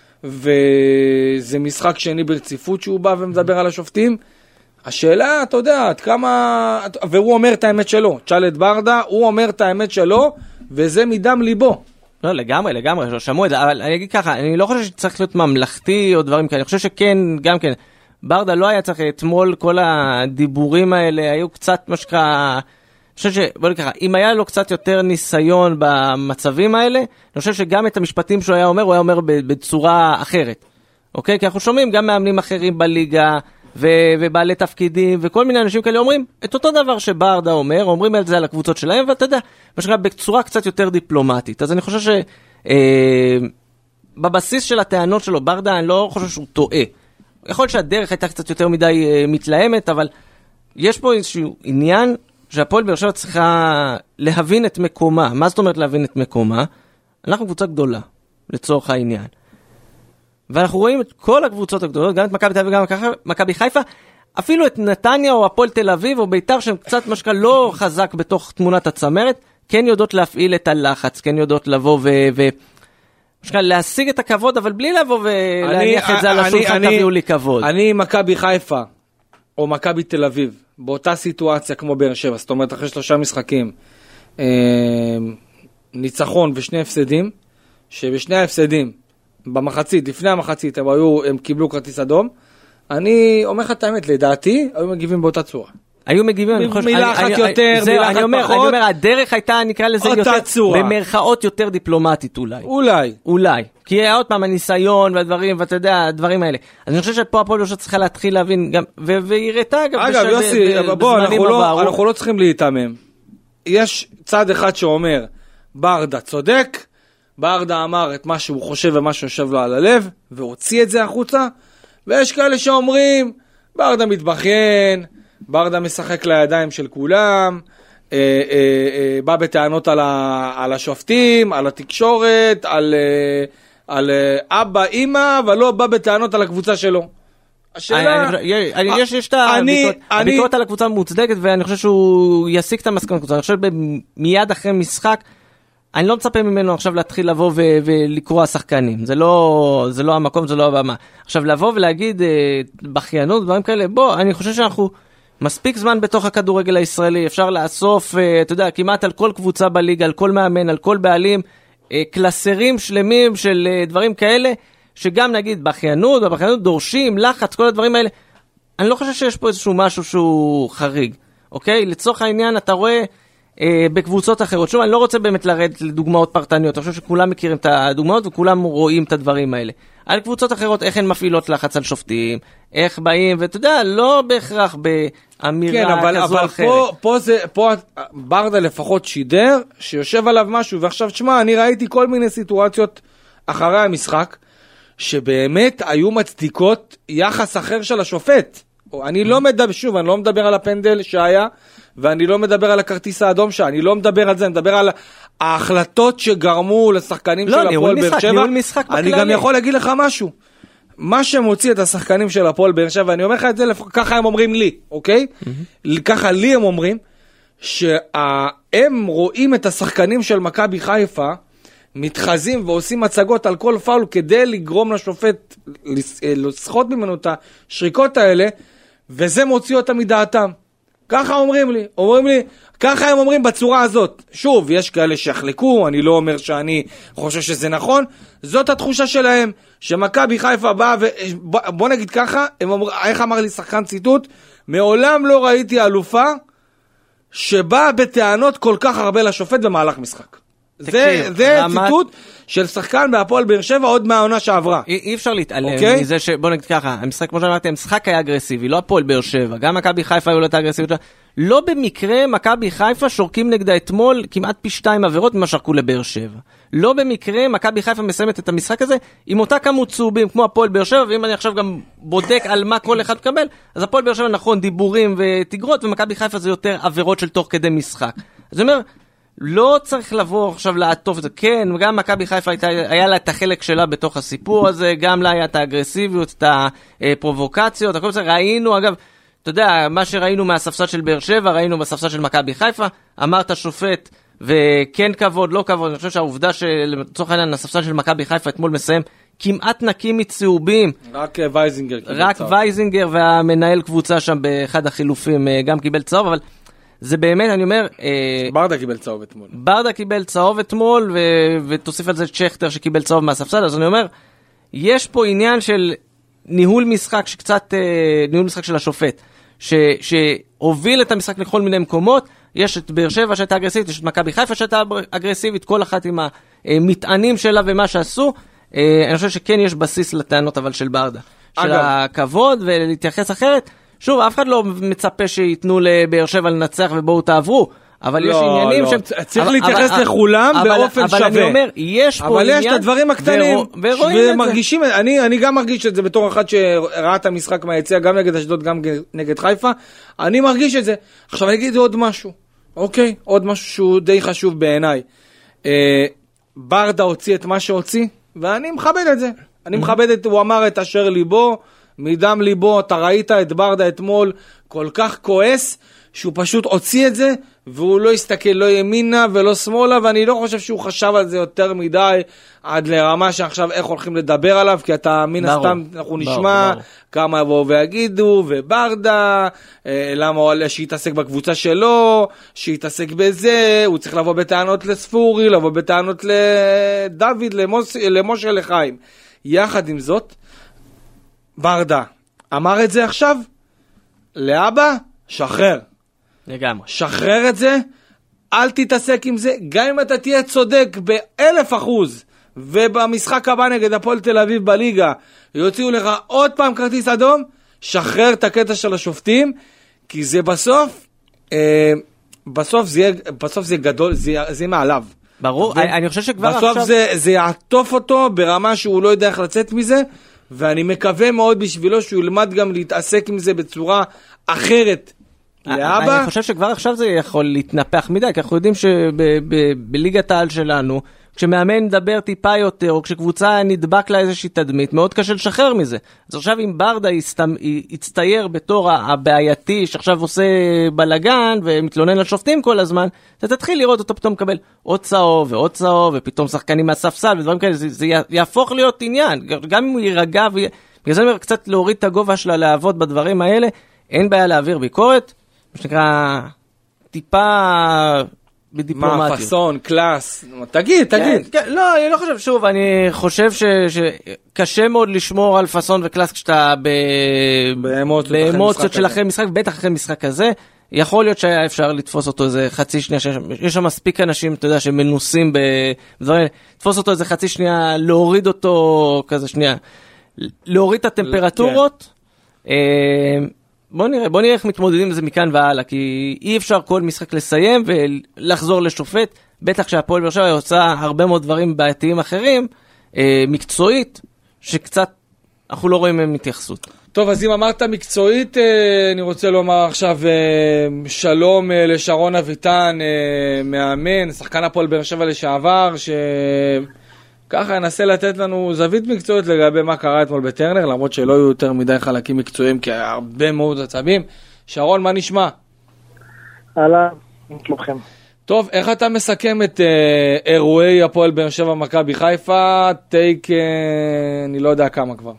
וזה משחק שני ברציפות שהוא בא ומדבר על השופטים. השאלה, אתה יודע, עד כמה, והוא אומר את האמת שלו, תשאל את ברדה, הוא אומר את האמת שלו, וזה מדם ליבו. לא, לגמרי, לגמרי, לא שמעו את זה, אבל אני אגיד ככה, אני לא חושב שצריך להיות ממלכתי או דברים כאלה, אני חושב שכן, גם כן, ברדה לא היה צריך אתמול, כל הדיבורים האלה היו קצת משקע, אני חושב שבוא נקרא, אם היה לו קצת יותר ניסיון במצבים האלה, אני חושב שגם את המשפטים שהוא היה אומר, הוא היה אומר בצורה אחרת. אוקיי? כי אנחנו שומעים גם מאמנים אחרים בליגה, ו- ובעלי תפקידים, וכל מיני אנשים כאלה אומרים את אותו דבר שברדה אומר, אומרים על זה על הקבוצות שלהם, ואתה יודע, משקע בצורה קצת יותר דיפלומטית. אז אני חושב ש... אה, בבסיס של הטענות שלו, ברדה, אני לא חושב שהוא טועה. יכול להיות שהדרך הייתה קצת יותר מדי אה, מתלהמת, אבל יש פה איזשהו עניין שהפועל באר שבע צריכה להבין את מקומה. מה זאת אומרת להבין את מקומה? אנחנו קבוצה גדולה, לצורך העניין. ואנחנו רואים את כל הקבוצות הגדולות, גם את מכבי תל אביב וגם מכבי חיפה, אפילו את נתניה או הפועל תל אביב או ביתר, שהם קצת משקע לא חזק בתוך תמונת הצמרת, כן יודעות להפעיל את הלחץ, כן יודעות לבוא ו... ו... משקע להשיג את הכבוד, אבל בלי לבוא ולהניח את זה על השולחן, תביאו לי כבוד. אני מכבי חיפה או מכבי תל אביב, באותה סיטואציה כמו באר שבע, זאת אומרת אחרי שלושה משחקים, ניצחון ושני הפסדים, שבשני ההפסדים, במחצית, לפני המחצית, הם, היו, הם קיבלו כרטיס אדום, אני אומר לך את האמת, לדעתי, היו מגיבים באותה צורה. היו מגיבים, אני חושב... מילה אחת יותר, מילה אחת פחות. אני אומר, הדרך הייתה, נקרא לזה יותר, במרכאות יותר דיפלומטית אולי. אולי. אולי. כי עוד פעם, הניסיון והדברים, ואתה יודע, הדברים האלה. אז אני חושב שפה הפועל באר שבע צריכה להתחיל להבין, והיא ראתה, אגב, אגב, יוסי, בוא, אנחנו לא צריכים להתאמם. יש צד אחד שאומר, ברדה צודק, ברדה אמר את מה שהוא חושב ומה שיושב לו על הלב, והוציא את זה החוצה, ויש כאלה שאומרים, ברדה מתבכיין, ברדה משחק לידיים של כולם, אה, אה, אה, בא בטענות על, ה, על השופטים, על התקשורת, על, אה, על אה, אבא, אמא, אבל לא בא בטענות על הקבוצה שלו. השאלה... אני, אני, יש, יש את הביקורת, הביקורת על הקבוצה מוצדקת, ואני חושב שהוא יסיק את המסקנות הקבוצה. אני חושב מיד אחרי משחק, אני לא מצפה ממנו עכשיו להתחיל לבוא ו- ולקרוא השחקנים. זה לא, זה לא המקום, זה לא הבמה. עכשיו לבוא ולהגיד אה, בחיינות, דברים כאלה, בוא, אני חושב שאנחנו מספיק זמן בתוך הכדורגל הישראלי, אפשר לאסוף, אה, אתה יודע, כמעט על כל קבוצה בליגה, על כל מאמן, על כל בעלים, קלסרים שלמים של דברים כאלה, שגם נגיד בחיינות, ובחיינות דורשים, לחץ, כל הדברים האלה, אני לא חושב שיש פה איזשהו משהו שהוא חריג, אוקיי? לצורך העניין אתה רואה אה, בקבוצות אחרות, שוב, אני לא רוצה באמת לרדת לדוגמאות פרטניות, אני חושב שכולם מכירים את הדוגמאות וכולם רואים את הדברים האלה. על קבוצות אחרות, איך הן מפעילות לחץ על שופטים, איך באים, ואתה יודע, לא בהכרח באמירה כן, אבל, כזו אבל אחרת. פה, פה, זה, פה ברדה לפחות שידר, שיושב עליו משהו, ועכשיו תשמע, אני ראיתי כל מיני סיטואציות אחרי המשחק, שבאמת היו מצדיקות יחס אחר של השופט. אני לא מדבר, שוב, אני לא מדבר על הפנדל שהיה, ואני לא מדבר על הכרטיס האדום שהיה, אני לא מדבר על זה, אני מדבר על ההחלטות שגרמו לשחקנים לא, של הפועל באר שבע. ניהול משחק בכללי. אני גם יכול להגיד לך משהו. מה שמוציא את השחקנים של הפועל באר שבע, ואני אומר לך את זה, ככה הם אומרים לי, אוקיי? ככה לי הם אומרים, שהם רואים את השחקנים של מכבי חיפה, מתחזים ועושים הצגות על כל פאול כדי לגרום לשופט לסחוט ממנו את השריקות האלה, וזה מוציא אותם מדעתם. ככה אומרים לי, אומרים לי, ככה הם אומרים בצורה הזאת. שוב, יש כאלה שיחלקו, אני לא אומר שאני חושב שזה נכון, זאת התחושה שלהם, שמכבי חיפה באה, בוא נגיד ככה, הם אומר, איך אמר לי שחקן ציטוט, מעולם לא ראיתי אלופה שבאה בטענות כל כך הרבה לשופט במהלך משחק. זה, זה ציטוט של שחקן בהפועל באר שבע עוד מהעונה שעברה. אי, אי אפשר להתעלם okay? מזה שבוא נגיד ככה, המשחק כמו שאמרתי, המשחק היה אגרסיבי, לא הפועל באר שבע, גם מכבי חיפה היו לו את האגרסיביות שלה. לא במקרה מכבי חיפה שורקים נגדה אתמול כמעט פי שתיים עבירות ממה שרקו לבאר שבע. לא במקרה מכבי חיפה מסיימת את המשחק הזה עם אותה כמות צהובים כמו הפועל באר שבע, ואם אני עכשיו גם בודק על מה כל אחד מקבל, אז הפועל באר שבע נכון דיבורים ותגרות, ומכבי חיפה זה יותר עבירות של תוך כדי משחק. אז אני אומר, לא צריך לבוא עכשיו לעטוף את זה. כן, גם מכבי חיפה הייתה, היה לה את החלק שלה בתוך הסיפור הזה, גם לה היה את האגרסיביות, את הפרובוקציות, הכל בסדר. ראינו, אגב, אתה יודע, מה שראינו מהספסל של באר שבע, ראינו בספסל של מכבי חיפה, אמרת שופט, וכן כבוד, לא כבוד. אני חושב שהעובדה שלצורך העניין, הספסל של מכבי חיפה אתמול מסיים כמעט נקים מצהובים. רק וייזינגר. רק וייזינגר והמנהל קבוצה שם באחד החילופים גם קיבל צהוב, אבל זה באמת, אני אומר... ברדה קיבל צהוב אתמול. ברדה קיבל צהוב אתמול, ו- ותוסיף על זה צ'כטר שקיבל צהוב מהספסל, אז אני אומר, יש פה עניין של ניהול משחק שקצת, ניהול משחק של השופט, ש- שהוביל את המשחק לכל מיני מקומות, יש את באר שבע שהייתה אגרסיבית, יש את מכבי חיפה שהייתה אגרסיבית, כל אחת עם המטענים שלה ומה שעשו, אני חושב שכן יש בסיס לטענות אבל של ברדה, של הכבוד ולהתייחס אחרת, שוב, אף אחד לא מצפה שיתנו לבאר שבע לנצח ובואו תעברו, אבל לא, יש עניינים לא. שהם... צריך להתייחס אבל, לכולם אבל, באופן אבל שווה. אבל אני אומר, יש פה אבל עניין... אבל יש את הדברים הקטנים, ו... ומרגישים, אני, אני גם מרגיש את זה בתור אחד שראה את המשחק מהיציאה, גם נגד אשדוד, גם נגד חיפה, אני מרגיש את זה. עכשיו אני אגיד עוד משהו, אוקיי? עוד משהו שהוא די חשוב בעיניי. אה, ברדה הוציא את מה שהוציא, ואני מכבד את זה. אני מכבד את, הוא אמר את אשר ליבו, מדם ליבו, אתה ראית את ברדה אתמול כל כך כועס, שהוא פשוט הוציא את זה, והוא לא הסתכל לא ימינה ולא שמאלה, ואני לא חושב שהוא חשב על זה יותר מדי, עד לרמה שעכשיו איך הולכים לדבר עליו, כי אתה מן הסתם, אנחנו נשמע כמה יבואו ויגידו, וברדה, למה הוא שיתעסק בקבוצה שלו, שיתעסק בזה, הוא צריך לבוא בטענות לספורי, לבוא בטענות לדוד, למשה, לחיים. יחד עם זאת, ברדה אמר את זה עכשיו, לאבא, שחרר. לגמרי. שחרר את זה, אל תתעסק עם זה, גם אם אתה תהיה צודק באלף אחוז, ובמשחק הבא נגד הפועל תל אביב בליגה, יוציאו לך עוד פעם כרטיס אדום, שחרר את הקטע של השופטים, כי זה בסוף, אה, בסוף זה, בסוף זה גדול, זה, זה מעליו. ברור, ו- אני חושב שכבר בסוף עכשיו... בסוף זה, זה יעטוף אותו ברמה שהוא לא יודע איך לצאת מזה, ואני מקווה מאוד בשבילו שהוא ילמד גם להתעסק עם זה בצורה אחרת לאבא. אני חושב שכבר עכשיו זה יכול להתנפח מדי, כי אנחנו יודעים שבליגת העל שלנו, כשמאמן מדבר טיפה יותר, או כשקבוצה נדבק לה איזושהי תדמית, מאוד קשה לשחרר מזה. אז עכשיו אם ברדה יצטייר בתור הבעייתי, שעכשיו עושה בלגן, ומתלונן על שופטים כל הזמן, אתה תתחיל לראות אותו פתאום מקבל עוד צהוב ועוד צהוב, ופתאום שחקנים מהספסל ודברים כאלה, זה, זה יהפוך להיות עניין. גם אם הוא יירגע, בגלל זה אני אומר קצת להוריד את הגובה שלה לעבוד בדברים האלה, אין בעיה להעביר ביקורת, מה שנקרא טיפה בדיפלומטיות. מה, פסון, קלאס, תגיד, תגיד. כן, כן, לא, אני לא חושב, שוב, אני חושב ש, שקשה מאוד לשמור על פסון וקלאס כשאתה ב... באמוציות, באמוציות של אחרי משחק, בטח אחרי משחק כזה. יכול להיות שהיה אפשר לתפוס אותו איזה חצי שנייה, יש שם מספיק אנשים, אתה יודע, שמנוסים בדברים, לתפוס אותו איזה חצי שנייה, להוריד אותו כזה שנייה, להוריד את הטמפרטורות. בוא נראה, בוא נראה איך מתמודדים עם זה מכאן והלאה, כי אי אפשר כל משחק לסיים ולחזור לשופט, בטח שהפועל באר שבע עושה הרבה מאוד דברים בעייתיים אחרים, מקצועית, שקצת אנחנו לא רואים מהם התייחסות. טוב, אז אם אמרת מקצועית, אני רוצה לומר עכשיו שלום לשרון אביטן, מאמן, שחקן הפועל באר שבע לשעבר, שככה ינסה לתת לנו זווית מקצועית לגבי מה קרה אתמול בטרנר, למרות שלא היו יותר מדי חלקים מקצועיים, כי היה הרבה מאוד עצבים. שרון, מה נשמע? הלאה, עם שלומכם. טוב, איך אתה מסכם את אה, אירועי הפועל באר שבע מכבי חיפה? טייק, אה, אני לא יודע כמה כבר.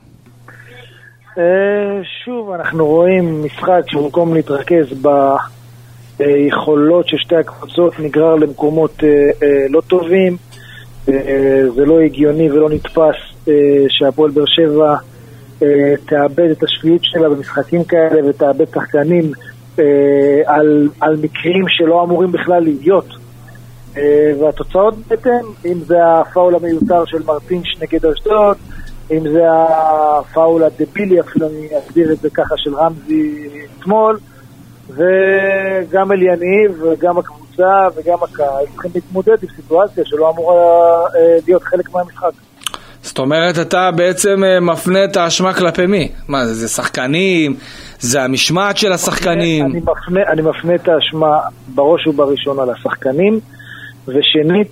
אה, שוב, אנחנו רואים משחק שבמקום להתרכז ביכולות של שתי הקבוצות נגרר למקומות אה, אה, לא טובים. אה, זה לא הגיוני ולא נתפס אה, שהפועל באר שבע אה, תאבד את השפיות שלה במשחקים כאלה ותאבד שחקנים על, על מקרים שלא אמורים בכלל להיות, והתוצאות בהתאם, אם זה הפאול המיותר של מרטינש נגד אשדוד, אם זה הפאול הדבילי, אפילו אני אגדיר את זה ככה, של רמזי אתמול, וגם אליניב וגם הקבוצה וגם הקהל צריכים להתמודד עם סיטואציה שלא אמורה להיות חלק מהמשחק. זאת אומרת, אתה בעצם מפנה את האשמה כלפי מי? מה, זה שחקנים? זה המשמעת של השחקנים? אני מפנה, אני מפנה את האשמה בראש ובראשונה לשחקנים, ושנית,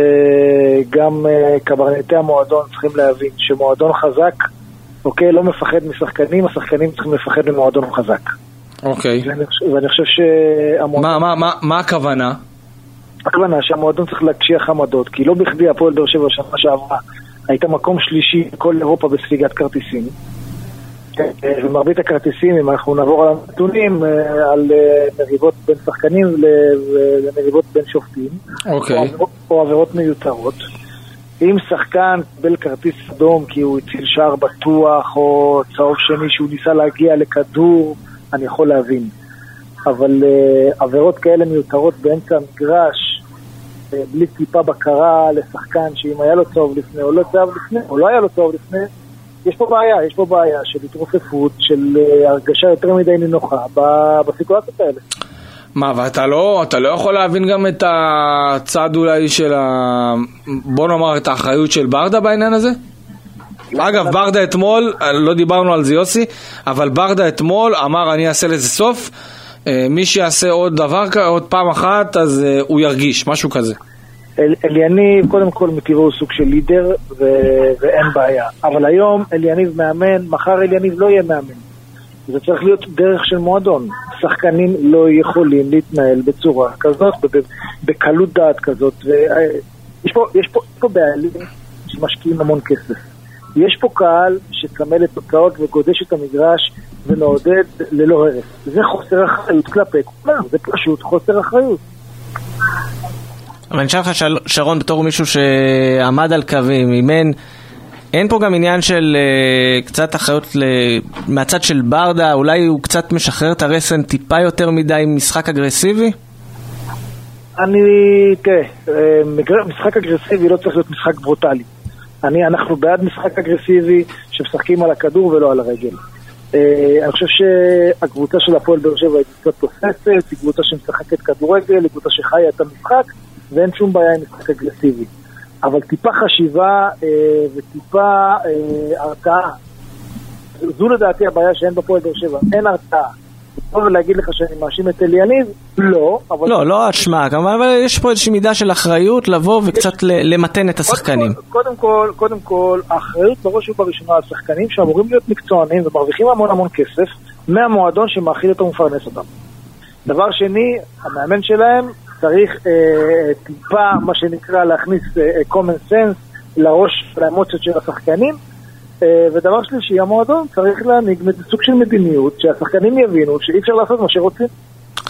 גם קברניטי המועדון צריכים להבין שמועדון חזק, אוקיי, לא מפחד משחקנים, השחקנים צריכים לפחד ממועדון חזק. אוקיי. ואני, ואני חושב שהמועדון... מה, מה, מה, מה הכוונה? הכוונה שהמועדון צריך להקשיח עמדות, כי לא בכדי הפועל באר שבע שנה שעברה הייתה מקום שלישי בכל אירופה בספיגת כרטיסים. ומרבית הכרטיסים, אם אנחנו נעבור על הנתונים, על מריבות בין שחקנים למריבות בין שופטים, okay. או, או עבירות מיותרות. אם שחקן קיבל כרטיס אדום כי הוא הציל שער בטוח, או צהוב שני שהוא ניסה להגיע לכדור, אני יכול להבין. אבל uh, עבירות כאלה מיותרות באמצע המגרש, uh, בלי טיפה בקרה לשחקן, שאם היה לו צהוב לפני או לא צהוב לפני, או לא היה לו צהוב לפני, יש פה בעיה, יש פה בעיה של התרופפות, של uh, הרגשה יותר מדי נינוחה בסיטואציות האלה. מה, ואתה לא, אתה לא יכול להבין גם את הצד אולי של ה... בוא נאמר את האחריות של ברדה בעניין הזה? אגב, ברדה אתמול, לא דיברנו על זה יוסי, אבל ברדה אתמול אמר אני אעשה לזה סוף, מי שיעשה עוד דבר, עוד פעם אחת, אז הוא ירגיש, משהו כזה. אל, אליניב, קודם כל מטבעו הוא סוג של לידר, ו... ואין בעיה. אבל היום אליניב מאמן, מחר אליניב לא יהיה מאמן. זה צריך להיות דרך של מועדון. שחקנים לא יכולים להתנהל בצורה כזאת, בקלות דעת כזאת. ויש פה, יש פה, יש פה בעלים שמשקיעים המון כסף. יש פה קהל שצמא לתוצאות וגודש את המגרש ומעודד ללא הרף. זה חוסר אחריות כלפי כולם, זה פשוט חוסר אחריות. אבל אני חושב לך שרון בתור מישהו שעמד על קווים, אימן, אין פה גם עניין של uh, קצת אחריות ל... מהצד של ברדה, אולי הוא קצת משחרר את הרסן טיפה יותר מדי עם משחק אגרסיבי? אני, תראה, משחק אגרסיבי לא צריך להיות משחק ברוטלי. אני, אנחנו בעד משחק אגרסיבי שמשחקים על הכדור ולא על הרגל. אני חושב שהקבוצה של הפועל באר שבע היא קצת תוססת, היא קבוצה שמשחקת כדורגל, היא קבוצה שחיה את המשחק, ואין שום בעיה עם משחק אגרסיבי. אבל טיפה חשיבה וטיפה הרתעה. זו לדעתי הבעיה שאין בפועל באר שבע, אין הרתעה. טוב להגיד לך שאני מאשים את אליניב? לא. אבל לא, לא אשמה, כמובן, אבל יש פה איזושהי מידה של אחריות לבוא וקצת למתן את השחקנים. קודם כל, קודם כל, האחריות בראש ובראשונה על שחקנים שאמורים להיות מקצוענים ומרוויחים המון המון כסף מהמועדון שמאכיל אותו ומפרנס אותם. דבר שני, המאמן שלהם צריך אה, טיפה, מה שנקרא, להכניס אה, common sense לראש ולאמוציות של השחקנים, אה, ודבר שלישי, המועדון צריך להנהיג סוג של מדיניות שהשחקנים יבינו שאי אפשר לעשות מה שרוצים.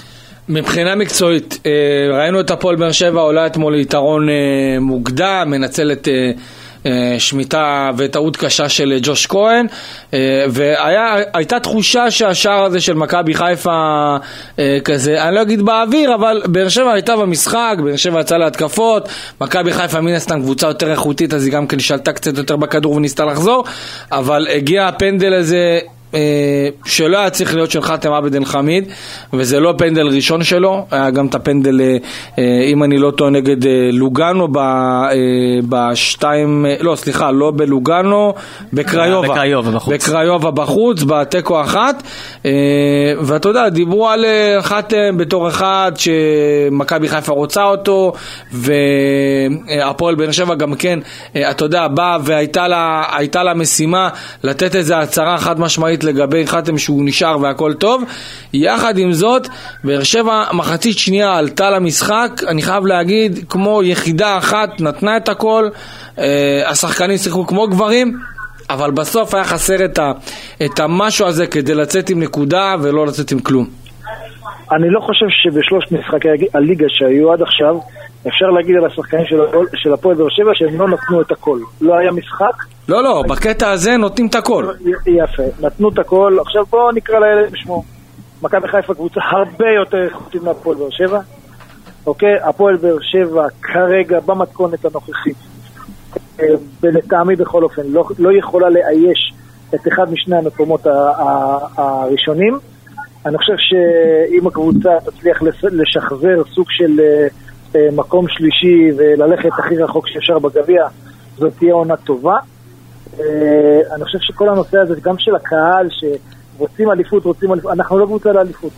מבחינה מקצועית, ראינו את הפועל באר שבע עולה אתמול ליתרון מוקדם, מנצלת שמיטה וטעות קשה של ג'וש כהן, והייתה תחושה שהשער הזה של מכבי חיפה כזה, אני לא אגיד באוויר, אבל באר שבע הייתה במשחק, באר שבע יצאה להתקפות, מכבי חיפה מן הסתם קבוצה יותר איכותית, אז היא גם כן שלטה קצת יותר בכדור וניסתה לחזור, אבל הגיע הפנדל הזה שלא היה צריך להיות של חאתם עבד אל חמיד, וזה לא פנדל ראשון שלו, היה גם את הפנדל, אם אני לא טועה, נגד לוגנו בשתיים, לא סליחה, לא בלוגנו, בקריובה, בקריובה בחוץ, בתיקו אחת, ואתה יודע, דיברו על חאתם בתור אחד שמכבי חיפה רוצה אותו, והפועל באר שבע גם כן, אתה יודע, באה והייתה לה, הייתה לה משימה לתת איזו הצהרה חד משמעית לגבי חאתם שהוא נשאר והכל טוב. יחד עם זאת, באר שבע מחצית שנייה עלתה למשחק, אני חייב להגיד, כמו יחידה אחת, נתנה את הכל, השחקנים שיחקו כמו גברים, אבל בסוף היה חסר את, ה, את המשהו הזה כדי לצאת עם נקודה ולא לצאת עם כלום. אני לא חושב שבשלושת משחקי הליגה שהיו עד עכשיו אפשר להגיד על השחקנים של הפועל באר שבע שהם לא נתנו את הכל. לא היה משחק. לא, לא, בקטע הזה נותנים את הכל. יפה, נתנו את הכל. עכשיו בואו נקרא לילד בשמו. מכבי חיפה קבוצה הרבה יותר איכותית מהפועל באר שבע. אוקיי? הפועל באר שבע כרגע במתכונת הנוכחית, ולטעמי בכל אופן, לא, לא יכולה לאייש את אחד משני המקומות הראשונים. אני חושב שאם הקבוצה תצליח לשחזר סוג של מקום שלישי וללכת הכי רחוק שאפשר בגביע, זאת תהיה עונה טובה. אני חושב שכל הנושא הזה, גם של הקהל שרוצים אליפות, רוצים אליפות, אנחנו לא קבוצה לאליפות.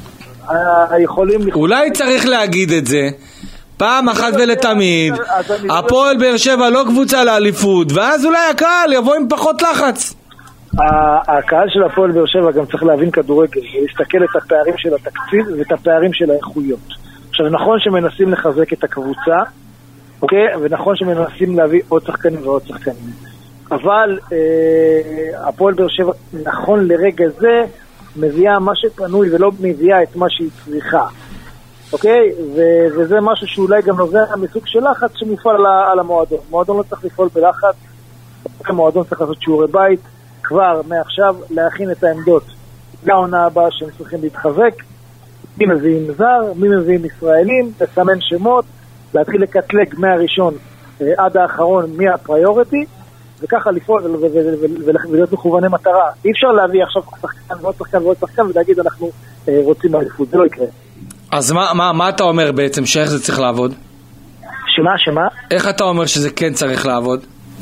אולי צריך להגיד את זה פעם אחת ולתמיד, הפועל באר שבע לא קבוצה לאליפות, ואז אולי הקהל יבוא עם פחות לחץ. הקהל של הפועל באר שבע גם צריך להבין כדורגל ולהסתכל את הפערים של התקציב ואת הפערים של האיכויות. עכשיו, נכון שמנסים לחזק את הקבוצה, אוקיי? ונכון שמנסים להביא עוד שחקנים ועוד שחקנים, אבל אה, הפועל באר שבע נכון לרגע זה מביאה מה שפנוי ולא מביאה את מה שהיא צריכה, אוקיי? ו- וזה משהו שאולי גם נובע מסוג של לחץ שמופעל על, על המועדון. מועדון לא צריך לפעול בלחץ, המועדון צריך לעשות שיעורי בית כבר מעכשיו, להכין את העמדות לעונה הבאה שהם צריכים להתחזק, מי מביאים זר, מי מביאים ישראלים, לסמן שמות, להתחיל לקטלג מהראשון אה, עד האחרון מי הפריוריטי, וככה לפעול ולהיות מכווני מטרה. אי אפשר להביא עכשיו שחקן ועוד שחקן ועוד שחקן ולהגיד אנחנו אה, רוצים אליפות, זה לא יקרה. אז מה, מה, מה אתה אומר בעצם, שאיך זה צריך לעבוד? שמה, שמה? איך אתה אומר שזה כן צריך לעבוד?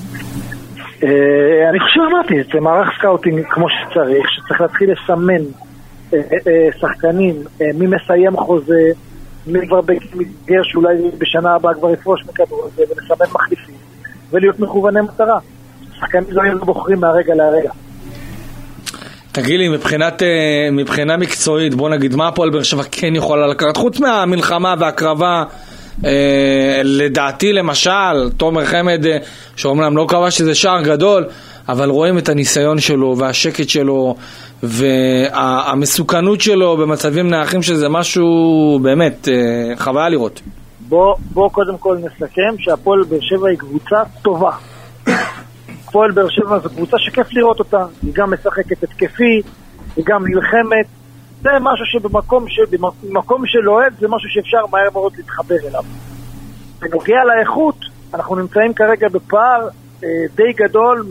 אני חושב אמרתי, זה מערך סקאוטינג כמו שצריך, שצריך להתחיל לסמן שחקנים, מי מסיים חוזה, מי כבר בגר שאולי בשנה הבאה כבר יפרוש מכדורגל, ולסמן מחליפים, ולהיות מכווני מטרה. שחקנים לא יהיו בוחרים מהרגע להרגע. תגיד לי, מבחינת, מבחינה מקצועית, בוא נגיד, מה הפועל באר שבע כן יכולה לקחת? חוץ מהמלחמה והקרבה, אה, לדעתי למשל, תומר חמד, שאומנם לא קבע שזה שער גדול, אבל רואים את הניסיון שלו והשקט שלו והמסוכנות שלו במצבים נייחים, שזה משהו באמת אה, חוויה לראות. בוא, בוא קודם כל נסכם שהפועל באר שבע היא קבוצה טובה. הפועל באר שבע זו קבוצה שכיף לראות אותה, היא גם משחקת התקפי, היא גם נלחמת, זה משהו שבמקום ש... במקום של אוהד זה משהו שאפשר מהר מאוד להתחבר אליו. בנוגע לאיכות, אנחנו נמצאים כרגע בפער אה, די גדול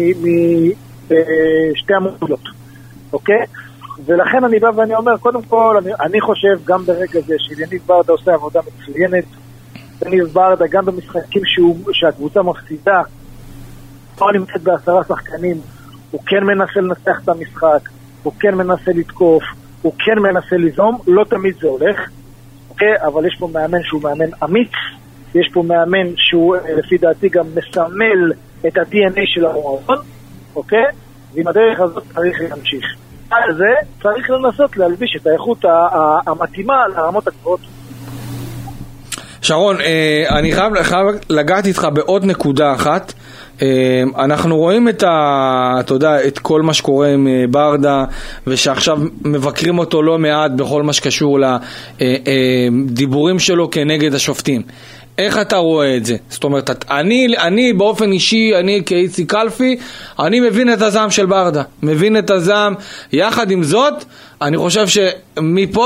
משתי המובילות, אוקיי? ולכן אני בא ואני אומר, קודם כל, אני, אני חושב גם ברגע זה שיניב ברדה עושה עבודה מצוינת, יניב ברדה גם במשחקים שהוא, שהקבוצה מפסידה, הוא נמצאת בעשרה שחקנים, הוא כן מנסה לנצח את המשחק, הוא כן מנסה לתקוף, הוא כן מנסה ליזום, לא תמיד זה הולך, אוקיי? אבל יש פה מאמן שהוא מאמן אמיץ, יש פה מאמן שהוא לפי דעתי גם מסמל את ה-די אן איי של המועדון, אוקיי? ועם הדרך הזאת צריך להמשיך. על זה צריך לנסות להלביש את האיכות המתאימה לרמות הגבוהות. שרון, אני חייב, חייב לגעת איתך בעוד נקודה אחת, אנחנו רואים את ה, אתה יודע, את כל מה שקורה עם ברדה, ושעכשיו מבקרים אותו לא מעט בכל מה שקשור לדיבורים שלו כנגד השופטים. איך אתה רואה את זה? זאת אומרת, אני, אני באופן אישי, אני כאיציק קלפי, אני מבין את הזעם של ברדה, מבין את הזעם. יחד עם זאת, אני חושב שמפה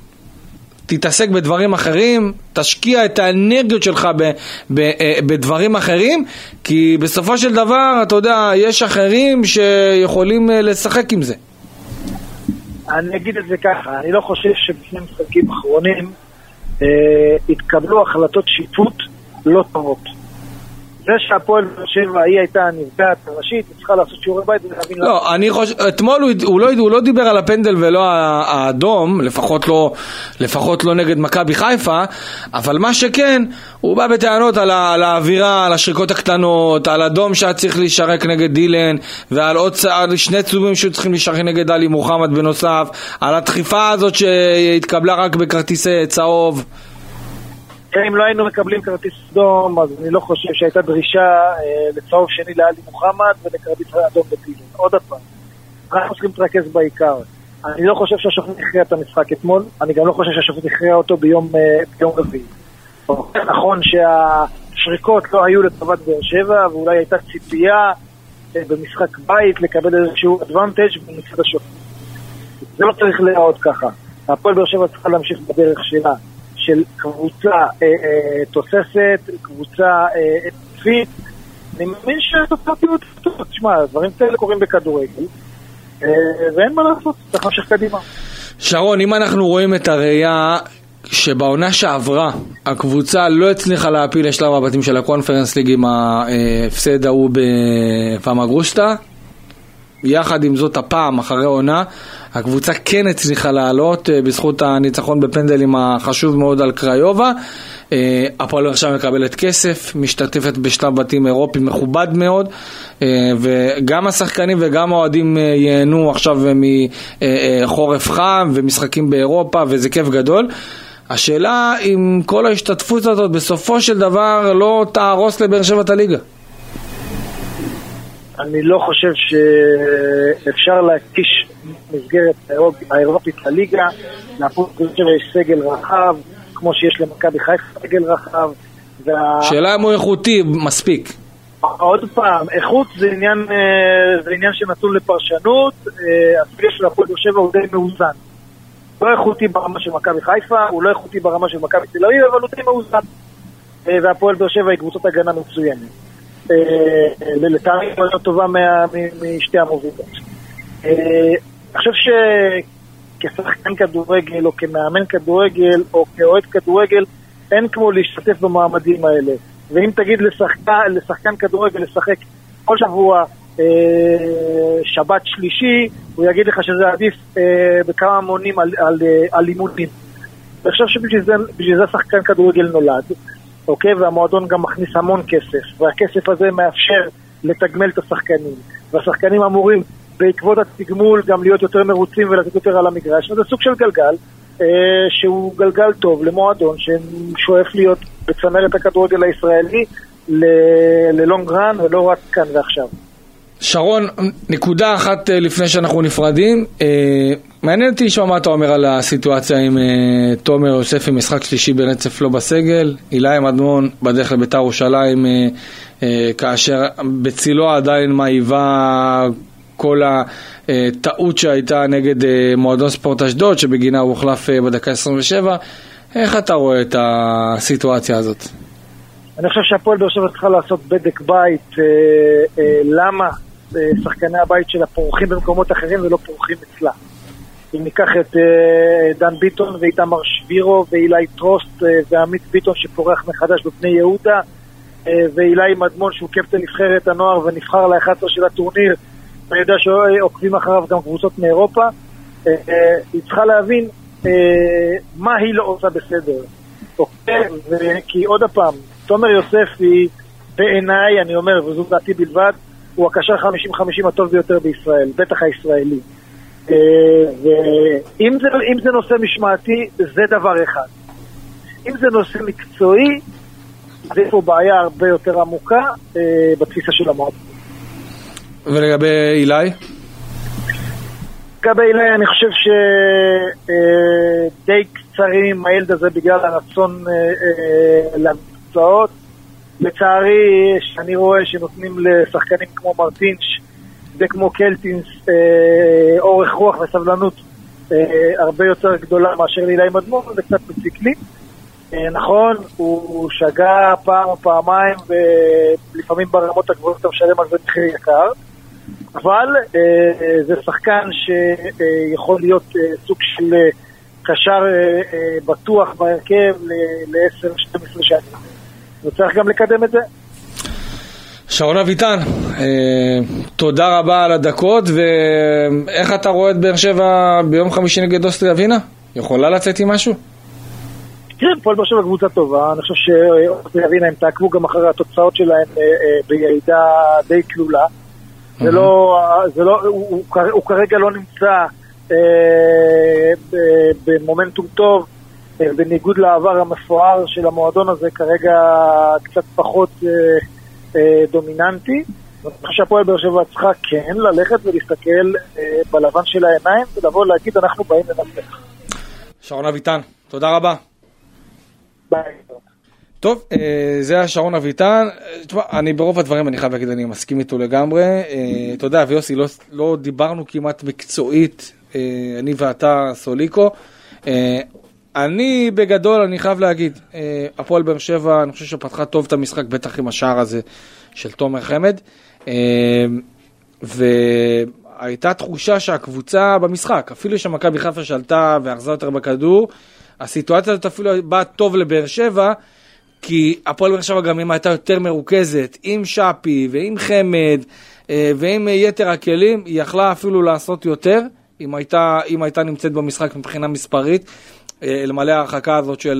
תתעסק בדברים אחרים, תשקיע את האנרגיות שלך ב, ב, בדברים אחרים, כי בסופו של דבר, אתה יודע, יש אחרים שיכולים לשחק עם זה. אני אגיד את זה ככה, אני לא חושב שבשני משחקים אחרונים אה, התקבלו החלטות שיפוט לא טובות. זה שהפועל באר שבע היא הייתה הנפגעת הראשית, היא צריכה לעשות שיעורי בית ולהבין... לא, אני חושב, אתמול הוא, הוא, לא, הוא לא דיבר על הפנדל ולא האדום, לפחות לא, לפחות לא נגד מכבי חיפה, אבל מה שכן, הוא בא בטענות על, על האווירה, על השריקות הקטנות, על אדום שהיה צריך להישרק נגד דילן, ועל עוד על שני צהובים שצריכים להישרק נגד עלי מוחמד בנוסף, על הדחיפה הזאת שהתקבלה רק בכרטיסי צהוב. אם לא היינו מקבלים כרטיס אדום, אז אני לא חושב שהייתה דרישה אה, לצהוב שני לעלי מוחמד ולכרטיס אדום בדילן. עוד פעם, אנחנו צריכים להתרכז בעיקר. אני לא חושב שהשופט הכריע את המשחק אתמול, אני גם לא חושב שהשופט הכריע אותו ביום, אה, ביום רביעי. נכון שהשריקות לא היו לטובת באר שבע, ואולי הייתה ציפייה אה, במשחק בית לקבל איזשהו אדוונטג' במצד השופט. זה לא צריך להיראות ככה. הפועל באר שבע צריכה להמשיך בדרך שלה. של קבוצה אה, אה, תוססת, קבוצה אה, תפית. אני מאמין שהתוצאות יהיו טובות. תשמע, דברים כאלה קורים בכדורגל, אה, ואין מה לעשות, צריך להמשיך קדימה. שרון, אם אנחנו רואים את הראייה שבעונה שעברה הקבוצה לא הצליחה להפיל לשלב הבתים של הקונפרנס ליג עם ההפסד ההוא בפמגרוסטה, יחד עם זאת הפעם אחרי עונה הקבוצה כן הצליחה לעלות בזכות הניצחון בפנדלים החשוב מאוד על קריובה. הפועל עכשיו מקבלת כסף, משתתפת בשלב בתים אירופי מכובד מאוד, וגם השחקנים וגם האוהדים ייהנו עכשיו מחורף חם ומשחקים באירופה, וזה כיף גדול. השאלה אם כל ההשתתפות הזאת בסופו של דבר לא תהרוס לבאר שבע את הליגה. אני לא חושב שאפשר להקיש מסגרת האירופית לליגה. להפוך יותר יש סגל רחב, כמו שיש למכבי חיפה סגל רחב. וה... שאלה אם הוא איכותי מספיק. עוד פעם, איכות זה עניין, זה עניין שנתון לפרשנות. הסגל של הפועל באר שבע הוא די מאוזן. לא איכותי ברמה של מכבי חיפה, הוא לא איכותי ברמה של מכבי תל אביב, אבל הוא די מאוזן. והפועל באר שבע היא קבוצת הגנה מצוינת. לטעמי לא טובה משתי המובילות. אני חושב שכשחקן כדורגל או כמאמן כדורגל או כאוהד כדורגל אין כמו להשתתף במעמדים האלה. ואם תגיד לשחקן כדורגל לשחק כל שבוע שבת שלישי, הוא יגיד לך שזה עדיף בכמה מונים על לימודים. אני חושב שבשביל זה שחקן כדורגל נולד, אוקיי, והמועדון גם מכניס המון כסף, והכסף הזה מאפשר לתגמל את השחקנים, והשחקנים אמורים בעקבות התגמול גם להיות יותר מרוצים ולתת יותר על המגרש. זה סוג של גלגל, אה, שהוא גלגל טוב למועדון ששואף להיות בצמרת הכדורגל הישראלי ללונג רן ולא רק כאן ועכשיו. שרון, נקודה אחת לפני שאנחנו נפרדים, אה, מעניין אותי לשמוע מה אתה אומר על הסיטואציה עם uh, תומר יוספי, משחק שלישי ברצף לא בסגל, אילי מדמון בדרך לביתר ירושלים, uh, uh, כאשר בצילו עדיין מעיבה כל הטעות שהייתה נגד uh, מועדון ספורט אשדוד, שבגינה הוא הוחלף uh, בדקה עשרים ושבע. איך אתה רואה את הסיטואציה הזאת? אני חושב שהפועל באר שבע צריכה לעשות בדק בית, uh, uh, למה uh, שחקני הבית שלה פורחים במקומות אחרים ולא פורחים אצלה. אם ניקח את uh, דן ביטון ואיתמר שבירו ואילי טרוסט uh, ועמית ביטון שפורח מחדש בפני יהודה, uh, ואילי מדמון שהוא קפטן נבחרת הנוער ונבחר ל-אחד עשר של הטורניר, אני יודע שעוקבים אחריו גם קבוצות מאירופה. uh, uh, היא צריכה להבין uh, מה היא לא עושה בסדר, אוקיי? כי עוד הפעם, תומר יוספי בעיניי, אני אומר וזו דעתי בלבד, הוא הקשר חמישים חמישים הטוב ביותר בישראל, בטח הישראלי. ואם זה, אם זה נושא משמעתי, זה דבר אחד. אם זה נושא מקצועי, אז יש פה בעיה הרבה יותר עמוקה בתפיסה של המועדון. ולגבי אילי? לגבי אילי אני חושב שדי קצרים הילד הזה בגלל הרצון למקצועות. לצערי שאני רואה שנותנים לשחקנים כמו מרטינש וכמו קלטינס אורך רוח וסבלנות הרבה יותר גדולה מאשר לאילי מדמון, זה קצת מציק לי. נכון, הוא שגה פעם או פעמיים ולפעמים ברמות הגבוהות אתה משלם על זה מחיר יקר, אבל זה שחקן שיכול להיות סוג של קשר בטוח בהרכב ל-עשר שתים עשרה שנים, וצריך גם לקדם את זה. שרון אביטן, תודה רבה על הדקות. ואיך אתה רואה את באר שבע ביום חמישי נגד אוסטריה ווינה? יכולה לצאת עם משהו? כן, פועל באר שבע קבוצה טובה. אני חושב שאוסטריה ווינה הם תעקבו גם אחרי התוצאות שלהם בירידה די כלולה. זה לא, זה לא, הוא כרגע לא נמצא במומנטום טוב, בניגוד לעבר המפואר של המועדון הזה, כרגע קצת פחות דומיננטי. אני חושב שהפועל באר שבע צריכה כן ללכת ולהסתכל בלבן של העיניים ולבוא להגיד אנחנו באים לנצח. שרון אביטן, תודה רבה. ביי. טוב, זה היה שרון אביטן. אני ברוב הדברים אני חייב להגיד אני מסכים איתו לגמרי. אתה יודע, ויוסי, לא, לא דיברנו כמעט מקצועית, אני ואתה סוליקו. אני בגדול, אני חייב להגיד, הפועל באר שבע, אני חושב שפתחה טוב את המשחק, בטח עם השער הזה של תומר חמד, והייתה תחושה שהקבוצה במשחק, אפילו שמכבי חיפה שלטה והחזרה יותר בכדור, הסיטואציה הזאת אפילו באה טוב לבאר שבע, כי הפועל באר שבע גם אם הייתה יותר מרוכזת, עם שפי ועם חמד ועם יתר הכלים, היא יכלה אפילו לעשות יותר, אם הייתה, אם הייתה נמצאת במשחק מבחינה מספרית, למלא ההרחקה הזאת של,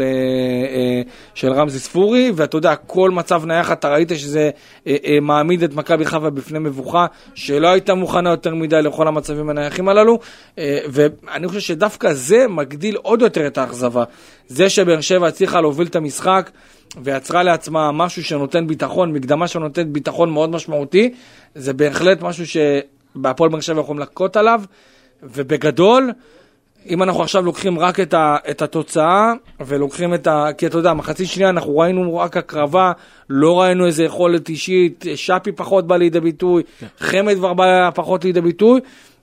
של רמזי ספורי, ואתה יודע, כל מצב נייח אתה ראית שזה מעמיד את מכבי חיפה בפני מבוכה, שלא הייתה מוכנה יותר מדי לכל המצבים הנייחים הללו, ואני חושב שדווקא זה מגדיל עוד יותר את האכזבה. זה שבאר שבע הצליחה להוביל את המשחק, ויצרה לעצמה משהו שנותן ביטחון, מקדמה שנותן ביטחון מאוד משמעותי, זה בהחלט משהו שבהפועל באר שבע יכולים לקות עליו, ובגדול, אם אנחנו עכשיו לוקחים רק את, ה, את התוצאה, ולוקחים את ה... כי אתה יודע, מחצית שנייה אנחנו ראינו רק הקרבה, לא ראינו איזה יכולת אישית, שפי פחות בא לידי ביטוי, כן. חמד כבר בא פחות לידי ביטוי,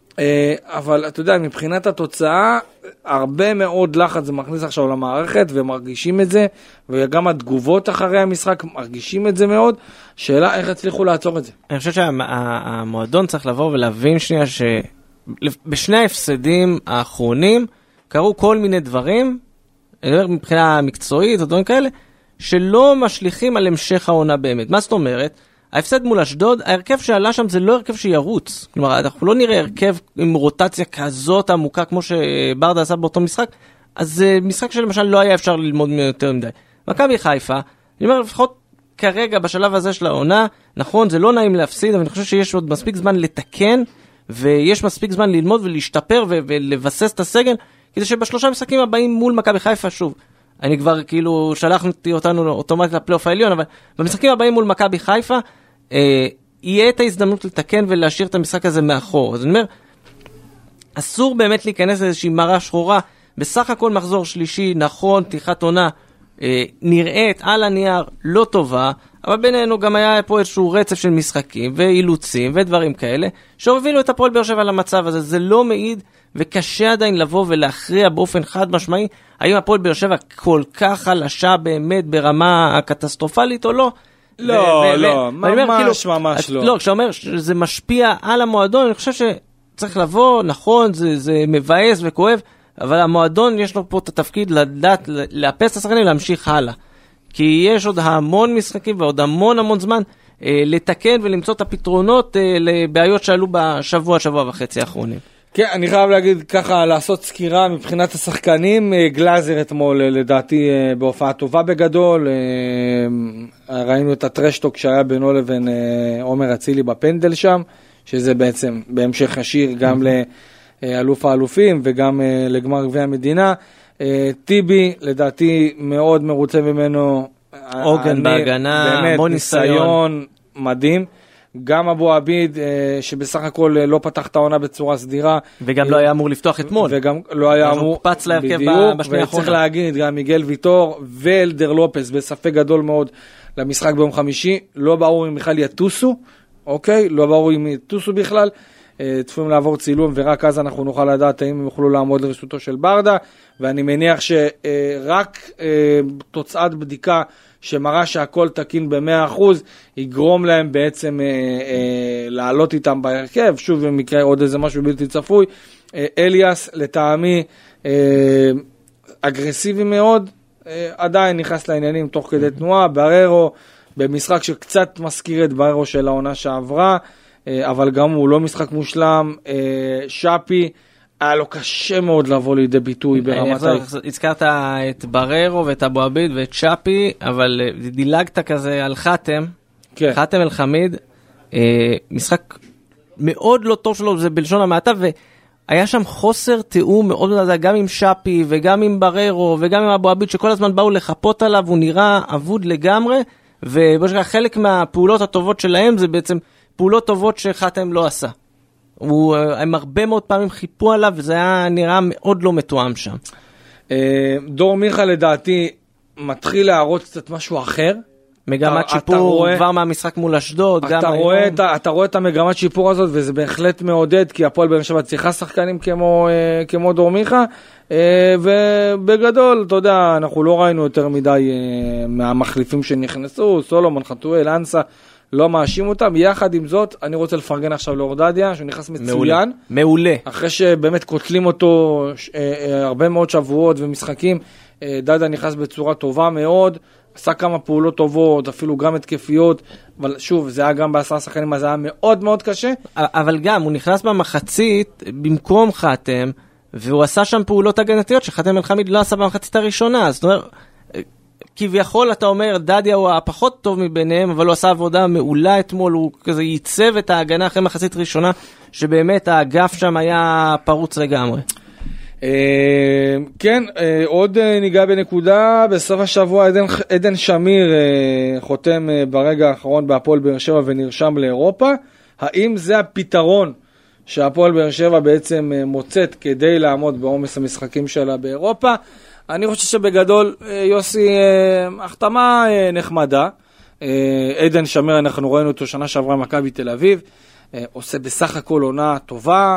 אבל אתה יודע, מבחינת התוצאה, הרבה מאוד לחץ זה מכניס עכשיו למערכת, ומרגישים את זה, וגם התגובות אחרי המשחק מרגישים את זה מאוד. שאלה, איך הצליחו לעצור את זה? אני חושב שהמועדון צריך לבוא ולהבין שנייה ש... בשני ההפסדים האחרונים קרו כל מיני דברים, מבחינה מקצועית או דברים כאלה, שלא משליכים על המשך העונה באמת. מה זאת אומרת? ההפסד מול אשדוד, ההרכב שעלה שם זה לא הרכב שירוץ. כלומר, אנחנו לא נראה הרכב עם רוטציה כזאת עמוקה כמו שברדה עשה באותו משחק, אז זה משחק שלמשל לא היה אפשר ללמוד יותר מדי. מכבי חיפה, אני אומר לפחות כרגע בשלב הזה של העונה, נכון, זה לא נעים להפסיד, אבל אני חושב שיש עוד מספיק זמן לתקן, ויש מספיק זמן ללמוד ולהשתפר ו- ולבסס את הסגל, כדי שבשלושה משחקים הבאים מול מכבי חיפה, שוב, אני כבר כאילו שלחתי אותנו אוטומטית לפלייאוף העליון, אבל במשחקים הבאים מול מכבי חיפה, אה, יהיה את ההזדמנות לתקן ולהשאיר את המשחק הזה מאחור. אז אני אומר, אסור באמת להיכנס לאיזושהי מראה שחורה, בסך הכל מחזור שלישי, נכון, פתיחת עונה, אה, נראית על הנייר לא טובה, אבל בינינו גם היה פה איזשהו רצף של משחקים ואילוצים ודברים כאלה, שהובילו את הפועל באר שבע למצב הזה. זה לא מעיד, וקשה עדיין לבוא ולהכריע באופן חד משמעי, האם הפועל באר שבע כל כך חלשה באמת ברמה הקטסטרופלית או לא. לא, לא, ממש ממש לא. לא, כשאומר שזה משפיע על המועדון, אני חושב שצריך לבוא, נכון, זה מבאס וכואב, אבל המועדון יש לו פה את התפקיד לדעת, לאפס את השחקנים ולהמשיך הלאה. כי יש עוד המון משחקים ועוד המון המון זמן אה, לתקן ולמצוא את הפתרונות אה, לבעיות שעלו בשבוע, שבוע וחצי האחרונים. כן, אני חייב להגיד ככה, לעשות סקירה מבחינת השחקנים. אה, גלאזר אתמול, אה, לדעתי, אה, בהופעה טובה בגדול. אה, ראינו את הטרשטוק שהיה בינו לבין אה, עומר אצילי בפנדל שם, שזה בעצם בהמשך ישיר גם לאלוף האלופים וגם אה, לגמר גביע המדינה. טיבי, לדעתי, מאוד מרוצה ממנו, עוגן בהגנה, המון ניסיון מדהים. גם אבו עביד, שבסך הכל לא פתח את העונה בצורה סדירה. וגם לא היה אמור לפתוח אתמול. וגם לא היה אמור. פץ להרכב בשנייה האחרונה. וצריך להגיד, גם מיגל ויטור ואלדר לופס, בספק גדול מאוד למשחק ביום חמישי. לא ברור אם בכלל יטוסו, אוקיי? לא ברור אם יטוסו בכלל. צפויים לעבור צילום, ורק אז אנחנו נוכל לדעת האם הם יוכלו לעמוד לרשותו של ברדה. ואני מניח שרק תוצאת בדיקה שמראה שהכל תקין ב-מאה אחוז, יגרום להם בעצם אה, אה, לעלות איתם בהרכב. שוב, במקרה עוד איזה משהו בלתי צפוי. אה, אליאס, לטעמי, אה, אגרסיבי מאוד, אה, עדיין נכנס לעניינים תוך כדי תנועה. בררו, במשחק שקצת מזכיר את בררו של העונה שעברה, אה, אבל גם הוא לא משחק מושלם. אה, שפי, היה לו קשה מאוד לבוא לידי ביטוי ברמת ה... הזכרת את בררו ואת אבו עביד ואת שפי, אבל דילגת כזה על חתם, חתם אל חמיד, משחק מאוד לא טוב שלו, זה בלשון המעטה, והיה שם חוסר תיאום מאוד מאוד, גם עם שפי וגם עם בררו וגם עם אבו עביד, שכל הזמן באו לחפות עליו, הוא נראה אבוד לגמרי, וחלק מהפעולות הטובות שלהם זה בעצם פעולות טובות שחתם לא עשה. הוא, הם הרבה מאוד פעמים חיפו עליו, וזה היה נראה מאוד לא מתואם שם. דור מיכה לדעתי מתחיל להראות קצת משהו אחר. מגמת שיפור כבר מהמשחק מול אשדוד. אתה רואה, אתה, אתה רואה את המגמת שיפור הזאת, וזה בהחלט מעודד, כי הפועל באר שבע צריכה שחקנים כמו, כמו דור מיכה, ובגדול, אתה יודע, אנחנו לא ראינו יותר מדי מהמחליפים שנכנסו, סולומון, חתואל, אנסה, לא מאשים אותם. יחד עם זאת, אני רוצה לפרגן עכשיו לאורדדיה, שהוא נכנס מצוין. מעולה. אחרי שבאמת קוטלים אותו הרבה מאוד שבועות ומשחקים, דדה נכנס בצורה טובה מאוד, עשה כמה פעולות טובות, אפילו גם התקפיות, אבל שוב, זה היה גם בעשרה שחקנים, אז זה היה מאוד מאוד קשה. אבל גם, הוא נכנס במחצית במקום חתם, והוא עשה שם פעולות הגנתיות שחתם אל חמיד לא עשה במחצית הראשונה. זאת אומרת, כביכול אתה אומר, דדיה הוא הפחות טוב מביניהם, אבל הוא עשה עבודה מעולה אתמול, הוא כזה ייצב את ההגנה אחרי מחצית ראשונה, שבאמת האגף שם היה פרוץ לגמרי. כן, עוד ניגע בנקודה, בסוף השבוע עדן שמיר חותם ברגע האחרון בהפועל באר שבע ונרשם לאירופה. האם זה הפתרון שהפועל באר שבע בעצם מוצאת כדי לעמוד בעומס המשחקים שלה באירופה? אני חושב שבגדול, יוסי, החתמה נחמדה. עדן שמיר, אנחנו ראינו אותו שנה שעברה מכבי תל אביב, עושה בסך הכל עונה טובה,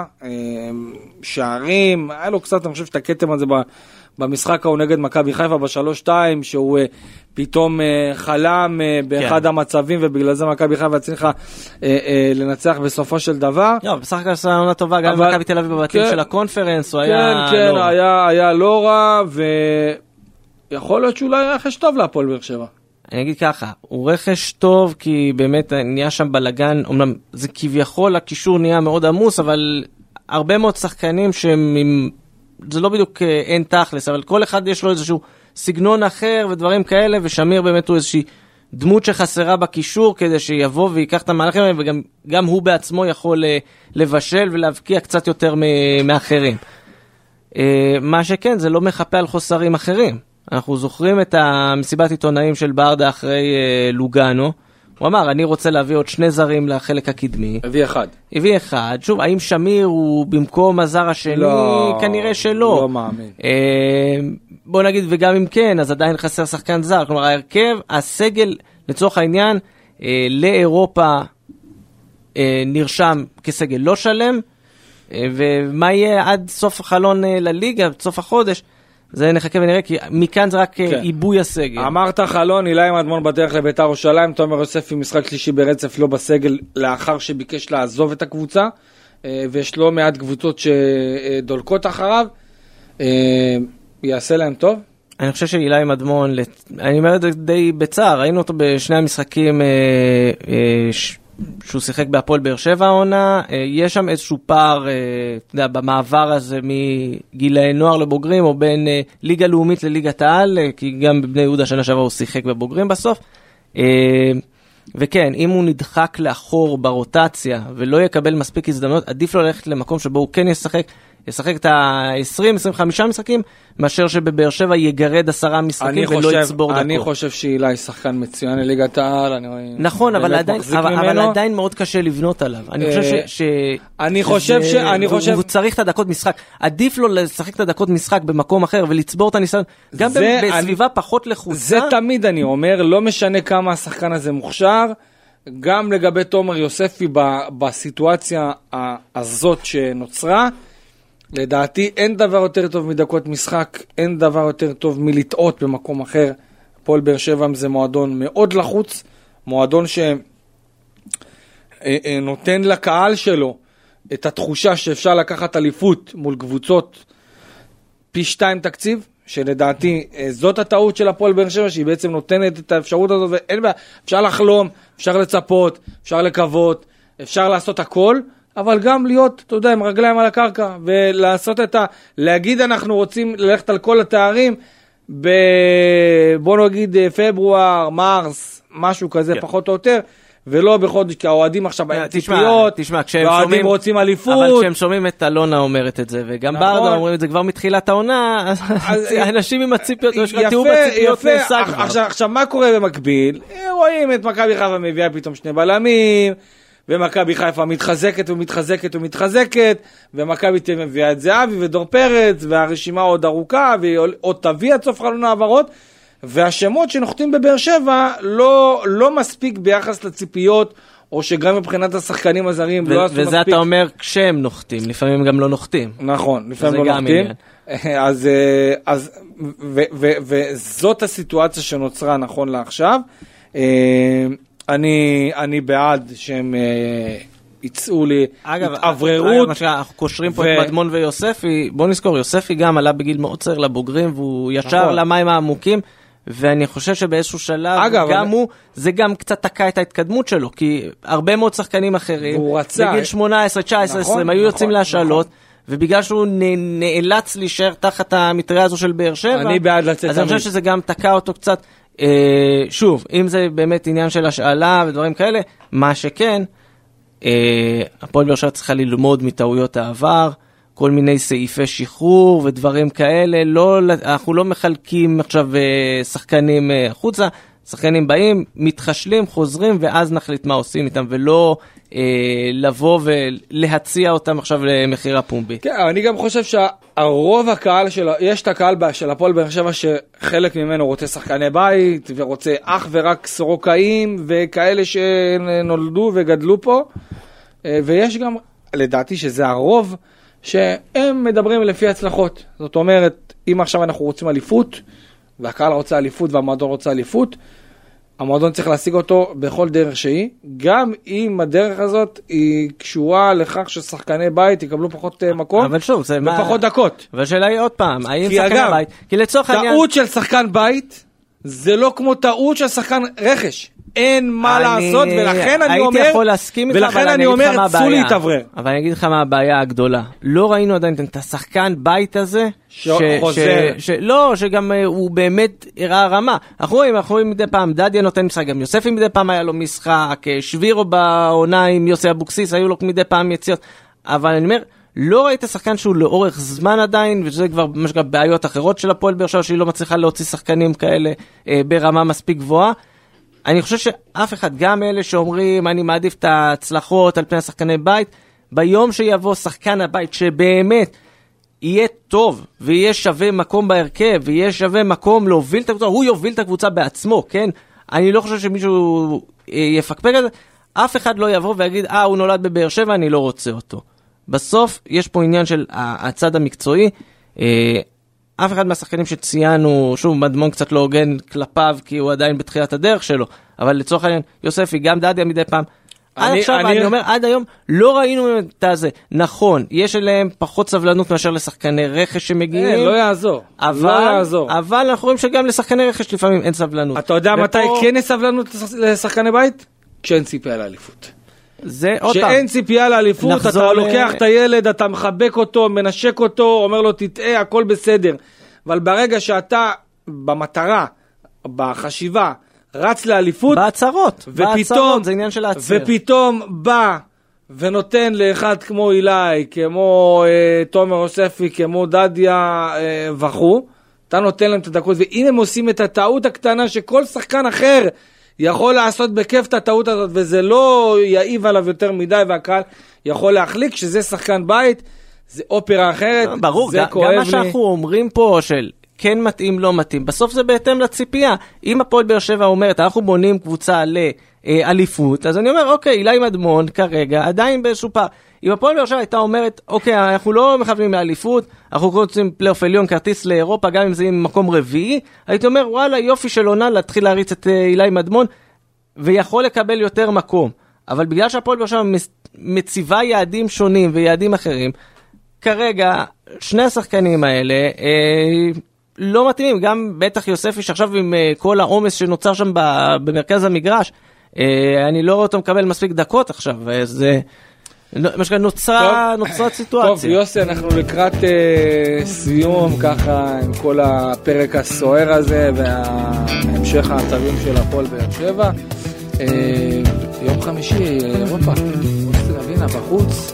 שערים, היה לו קצת, אני חושב שאת הקטם הזה במשחק ההוא נגד מכבי חיפה בשלוש שתיים, שהוא פתאום חלם באחד כן. המצבים, ובגלל זה מכבי חיפה הצליחה לנצח בסופו של דבר. לא, בסך הכל עושה עונה טובה, גם אבל... מכבי תל אביב בבתים כן, של הקונפרנס, הוא כן, היה כן, לא היה, היה לא רע, ויכול להיות שאולי רכש טוב להפועל באר שבע. אני אגיד ככה, הוא רכש טוב כי באמת נהיה שם בלגן, אומנם זה כביכול הקישור נהיה מאוד עמוס, אבל הרבה מאוד שחקנים שהם, זה לא בדיוק אין תכלס, אבל כל אחד יש לו איזשהו סגנון אחר ודברים כאלה, ושמיר באמת הוא איזושהי דמות שחסרה בקישור כדי שיבוא ויקח את המהלכים, וגם גם הוא בעצמו יכול לבשל ולהבקיע קצת יותר מאחרים. מה שכן, זה לא מחפה על חוסרים אחרים. אנחנו זוכרים את המסיבת עיתונאים של ברדה אחרי אה, לוגנו. הוא אמר, אני רוצה להביא עוד שני זרים לחלק הקדמי. הביא אחד. הביא אחד. שוב, האם שמיר הוא במקום הזר השני? לא, כנראה שלא. לא מאמין. אה, בוא נגיד, וגם אם כן, אז עדיין חסר שחקן זר. כלומר, ההרכב, הסגל, לצורך העניין, אה, לאירופה אה, נרשם כסגל לא שלם, אה, ומה יהיה עד סוף החלון אה, לליגה, סוף החודש, זה נחכה ונראה, כי מכאן זה רק כן. עיבוי הסגל. אמרת חלון, אילי מדמון בדרך לביתר ירושלים, תומר יוסף עם משחק שלישי ברצף לא בסגל, לאחר שביקש לעזוב את הקבוצה, ויש לו מעט קבוצות שדולקות אחריו, יעשה להם טוב? אני חושב שאילי מדמון, אני אומר את זה די בצער, ראינו אותו בשני המשחקים שהוא שיחק בהפועל באר שבע העונה, יש שם איזשהו פער, אתה יודע, במעבר הזה מגילי נוער לבוגרים, או בין ליגה לאומית לליגת העל, כי גם בבני יהודה שנה שעברה הוא שיחק בבוגרים בסוף. וכן, אם הוא נדחק לאחור ברוטציה, ולא יקבל מספיק הזדמנות, עדיף לו ללכת למקום שבו הוא כן ישחק, ישחק את ה-עשרים עשרים וחמישה משחקים, מאשר שבבאר שבע יגרד עשרה משחקים ולא יצבור דקות. אני חושב שאילה היא שחקן מצוין לליגת העל. נכון, אבל עדיין, אבל עדיין מאוד קשה לבנות עליו. אני חושב ש... אני חושב ש... אני חושב... הוא צריך את הדקות משחק. עדיף לו לשחק את הדקות משחק במקום אחר ולצבור את הניסיון, גם בסביבה פחות לחוצה. זה תמיד אני אומר, לא משנה כמה השחקן הזה מוכשר, גם לגבי תומר יוספי בסיטואציה הזאת שנוצרה, לדעתי אין דבר יותר טוב מדקות משחק, אין דבר יותר טוב מלטעות במקום אחר. הפועל באר שבע זה מועדון מאוד לחוץ, מועדון שנותן לקהל שלו את התחושה שאפשר לקחת אליפות מול קבוצות פי שתיים תקציב, שלדעתי זאת הטעות של הפועל באר שבע, שהיא בעצם נותנת את האפשרות הזאת, ואין בה, אפשר לחלום, אפשר לצפות, אפשר לקוות, אפשר לעשות הכל, אבל גם להיות, אתה יודע, עם רגליים על הקרקע, ולעשות את ה... להגיד אנחנו רוצים ללכת על כל התארים, ב... בוא נגיד פברואר, מרס, משהו כזה כן. פחות או יותר, ולא בחודש, כי האוהדים עכשיו בהם ציפיות, והאוהדים רוצים אליפות. אבל כשהם שומעים את אלונה אומרת את זה, וגם נכון. ברדה אומרים את זה כבר מתחילת העונה, אז האנשים עם הציפיות, יש לך תיאור בציפיות נעשה כבר. עכשיו, עכשיו, מה קורה במקביל? רואים את מכבי חיפה מביאה פתאום שני בלמים, ומכבי חיפה מתחזקת ומתחזקת ומתחזקת, ומכבי תל אביב מביאה את זהבי ודור פרץ, והרשימה עוד ארוכה, ועוד תביא עד סוף חלון העברות, והשמות שנוחתים בבאר שבע לא, לא מספיק ביחס לציפיות, או שגם מבחינת השחקנים הזרים ו- לא עשו מספיק. וזה אתה אומר כשהם נוחתים, לפעמים גם לא נוחתים. נכון, לפעמים לא נוחתים. אז, אז, ו- ו- וזאת הסיטואציה שנוצרה נכון לעכשיו. אני, אני בעד שהם יצאו לי התעבררות. אגב, אנחנו קושרים פה את מדמון ויוספי, בוא נזכור, יוספי גם עלה בגיל מאוד צעיר לבוגרים, והוא ישר למים העמוקים, ואני חושב שבאיזשהו שלב, אגב, גם הוא, זה גם קצת תקע את ההתקדמות שלו, כי הרבה מאוד שחקנים אחרים, בגיל שמונה עשרה, תשע עשרה, עשרים, היו יוצאים להשאלות, ובגלל שהוא נאלץ להישאר תחת המטריה הזו של באר שבע, אני בעד לצאת אז אני חושב שזה גם תקע אותו קצת. שוב, אם זה באמת עניין של השאלה ודברים כאלה, מה שכן, הפועל באר שבע צריכה ללמוד מטעויות העבר, כל מיני סעיפי שחרור ודברים כאלה, לא, אנחנו לא מחלקים עכשיו שחקנים החוצה, שחקנים באים, מתחשלים, חוזרים, ואז נחליט מה עושים איתם, ולא אה, לבוא ולהציע אותם עכשיו למחיר הפומבי. כן, אני גם חושב שהרוב הקהל של, יש את הקהל של הפועל באר שבע, שחלק ממנו רוצה שחקני בית, ורוצה אך ורק סורוקאים, וכאלה שנולדו וגדלו פה, ויש גם, לדעתי שזה הרוב, שהם מדברים לפי הצלחות. זאת אומרת, אם עכשיו אנחנו רוצים אליפות, והקהל רוצה אליפות והמועדון רוצה אליפות, המועדון צריך להשיג אותו בכל דרך שהיא, גם אם הדרך הזאת היא קשורה לכך ששחקני בית יקבלו פחות מקום, אבל שוב, זה ופחות מה... דקות. והשאלה היא עוד פעם, האם כי שחקני אגב, בית, כי לצורך העניין... טעות של שחקן בית, זה לא כמו טעות של שחקן רכש. אין מה אני... לעשות, ולכן אני אומר, הייתי יכול להסכים איתך, ולכן אני אומר, צאו להתעברר. אבל אני אגיד לך מה הבעיה הגדולה. לא ראינו עדיין את השחקן בית הזה, שחוזר. ש... ש... לא, שגם הוא באמת הראה רמה. אנחנו רואים, אנחנו רואים מדי פעם, דדיה נותן משחק, גם יוספי מדי פעם היה לו משחק, שבירו בעונה עם יוסי אבוקסיס, היו לו מדי פעם יציאות. אבל אני אומר, לא ראית שחקן שהוא לאורך זמן עדיין, וזה כבר משהו בעיות אחרות של הפועל באר שבע, שהיא לא מצליחה להוציא שחקנים כאלה אה, ברמה מספיק גבוהה. אני חושב שאף אחד, גם אלה שאומרים, אני מעדיף את ההצלחות על פני השחקני בית, ביום שיבוא שחקן הבית שבאמת יהיה טוב, ויהיה שווה מקום בהרכב, ויהיה שווה מקום להוביל את הקבוצה, הוא יוביל את הקבוצה בעצמו, כן? אני לא חושב שמישהו יפקפק על זה, אף אחד לא יבוא ויגיד, אה, הוא נולד בבאר שבע, אני לא רוצה אותו. בסוף, יש פה עניין של הצד המקצועי, אף אחד מהשחקנים שציינו, שוב, מדמון קצת לא הוגן כלפיו, כי הוא עדיין בתחילת הדרך שלו, אבל לצורך העניין, יוספי, גם דדיה מדי פעם, עד עכשיו, אני... אני אומר, עד היום, לא ראינו את זה. נכון, יש אליהם פחות סבלנות מאשר לשחקני רכש שמגיעים. אין, לא יעזור. אבל, לא יעזור. אבל אנחנו רואים שגם לשחקני רכש לפעמים אין סבלנות. אתה יודע ופה... מתי כן יש סבלנות לשחקני בית? כשאין ציפייה לאליפות. זה עוד פעם. כשאין ציפייה לאליפות, אתה ל... לוקח את הילד, אתה מחבק אותו, מנשק אותו, אומר לו תטעה, הכל בסדר. אבל ברגע שאתה במטרה, בחשיבה, רץ לאליפות, בהצהרות, ופתאום, בהצהרות, זה עניין של להצהיר. ופתאום בא ונותן לאחד כמו אילי, כמו אה, תומר אוספי, כמו דדיה אה, וכו', אתה נותן להם את הדקות, ואם הם עושים את הטעות הקטנה שכל שחקן אחר יכול לעשות בכיף את הטעות הזאת, וזה לא יעיב עליו יותר מדי, והקהל יכול להחליק שזה שחקן בית, זה אופרה אחרת, ברור, זה גם, כואב גם לי. מה שאנחנו אומרים פה של כן מתאים, לא מתאים, בסוף זה בהתאם לציפייה. אם הפועל באר שבע אומרת, אנחנו בונים קבוצה לאליפות, אז אני אומר, אוקיי, אילי מדמון כרגע עדיין באיזשהו פער. אם הפועל באר שבע הייתה אומרת, אוקיי, אנחנו לא מכוונים לאליפות, אנחנו רוצים פלייאוף עליון, כרטיס לאירופה, גם אם זה עם מקום רביעי, הייתי אומר, וואלה, יופי של עונה להתחיל להריץ את אילי מדמון, ויכול לקבל יותר מקום. אבל בגלל שהפועל באר שבע מציבה יעדים שונים ויעדים אחרים, כרגע שני השחקנים האלה אה, לא מתאימים, גם בטח יוספי שעכשיו עם אה, כל העומס שנוצר שם במרכז המגרש, אה, אני לא רואה אותו מקבל מספיק דקות עכשיו, זה נוצרה, נוצרה סיטואציה. טוב, יוסי, אנחנו לקראת אה, סיום ככה עם כל הפרק הסוער הזה וההמשך העצבים של הפועל באר שבע. אה, יום חמישי, אירופה, אוסטריה ווינה בחוץ,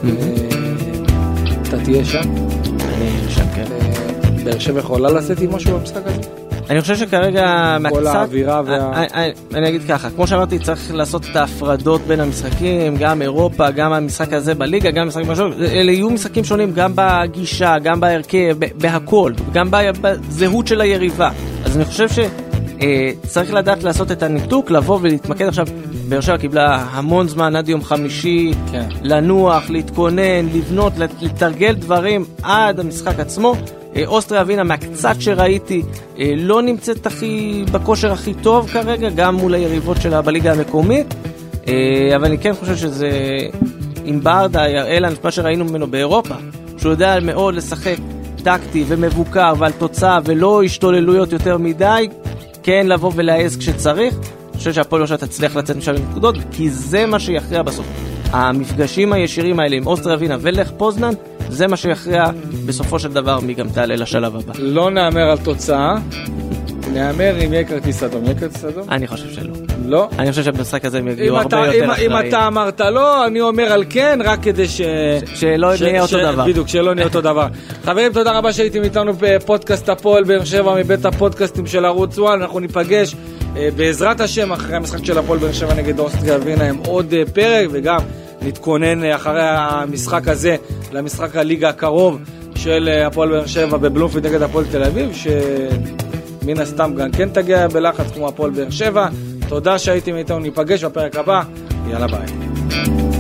אתה תהיה שם? אני שם, כן. באר שבע יכולה לעשות עם משהו במשחק הזה? אני חושב שכרגע כל האווירה וה... אני, אני אגיד ככה, כמו שאמרתי, צריך לעשות את ההפרדות בין המשחקים, גם אירופה, גם המשחק הזה בליגה, גם המשחק משהו, אלה יהיו משחקים שונים גם בגישה, גם בהרכב, בהכל, גם בזהות של היריבה. אז אני חושב שצריך לדעת לעשות את הניתוק, לבוא ולהתמקד עכשיו. באר שבע קיבלה המון זמן עד יום חמישי, כן. לנוח, להתכונן, לבנות, לתרגל דברים עד המשחק עצמו. אוסטריה ווינה, מהקצת שראיתי, לא נמצאת הכי, בכושר הכי טוב כרגע, גם מול היריבות שלה בליגה המקומית, אבל אני כן חושב שזה, עם ברדה, יראה לנו מה שראינו ממנו באירופה, שהוא יודע מאוד לשחק טקטי ומבוקר ועל תוצאה, ולא השתוללויות יותר מדי, כן לבוא ולהעז כשצריך. אני חושב שהפועל באר תצליח לצאת משם נקודות, כי זה מה שיכריע בסוף. המפגשים הישירים האלה עם אוסטריה ווינה ולך פוזנן, זה מה שיכריע בסופו של דבר מי גם תעלה לשלב הבא. לא נאמר על תוצאה, נאמר אם יהיה כרטיס אדום. יהיה כרטיס אדום? אני חושב שלא. לא? אני חושב שבמשחק הזה הם יגיעו הרבה יותר אחראיים. אם אתה אמרת לא, אני אומר על כן, רק כדי ש... שלא נהיה אותו דבר. בדיוק, שלא נהיה אותו דבר. חברים, תודה רבה שהייתם איתנו בפודקאסט הפועל באר שבע מבית הפודקאסטים של ערוץ וואן. אנחנו ניפגש בעזרת השם אחרי המשחק של הפועל באר שבע נגד אוסטריה ווינה עם עוד פרק, וגם נתכונן אחרי המשחק הזה למשחק הליגה הקרוב של הפועל באר שבע בבלומפילד נגד הפועל תל אביב, שמן הסתם גם כן תגיע בלחץ כמו הפועל באר שבע. תודה שהייתם איתנו, ניפגש בפרק הבא, יאללה ביי.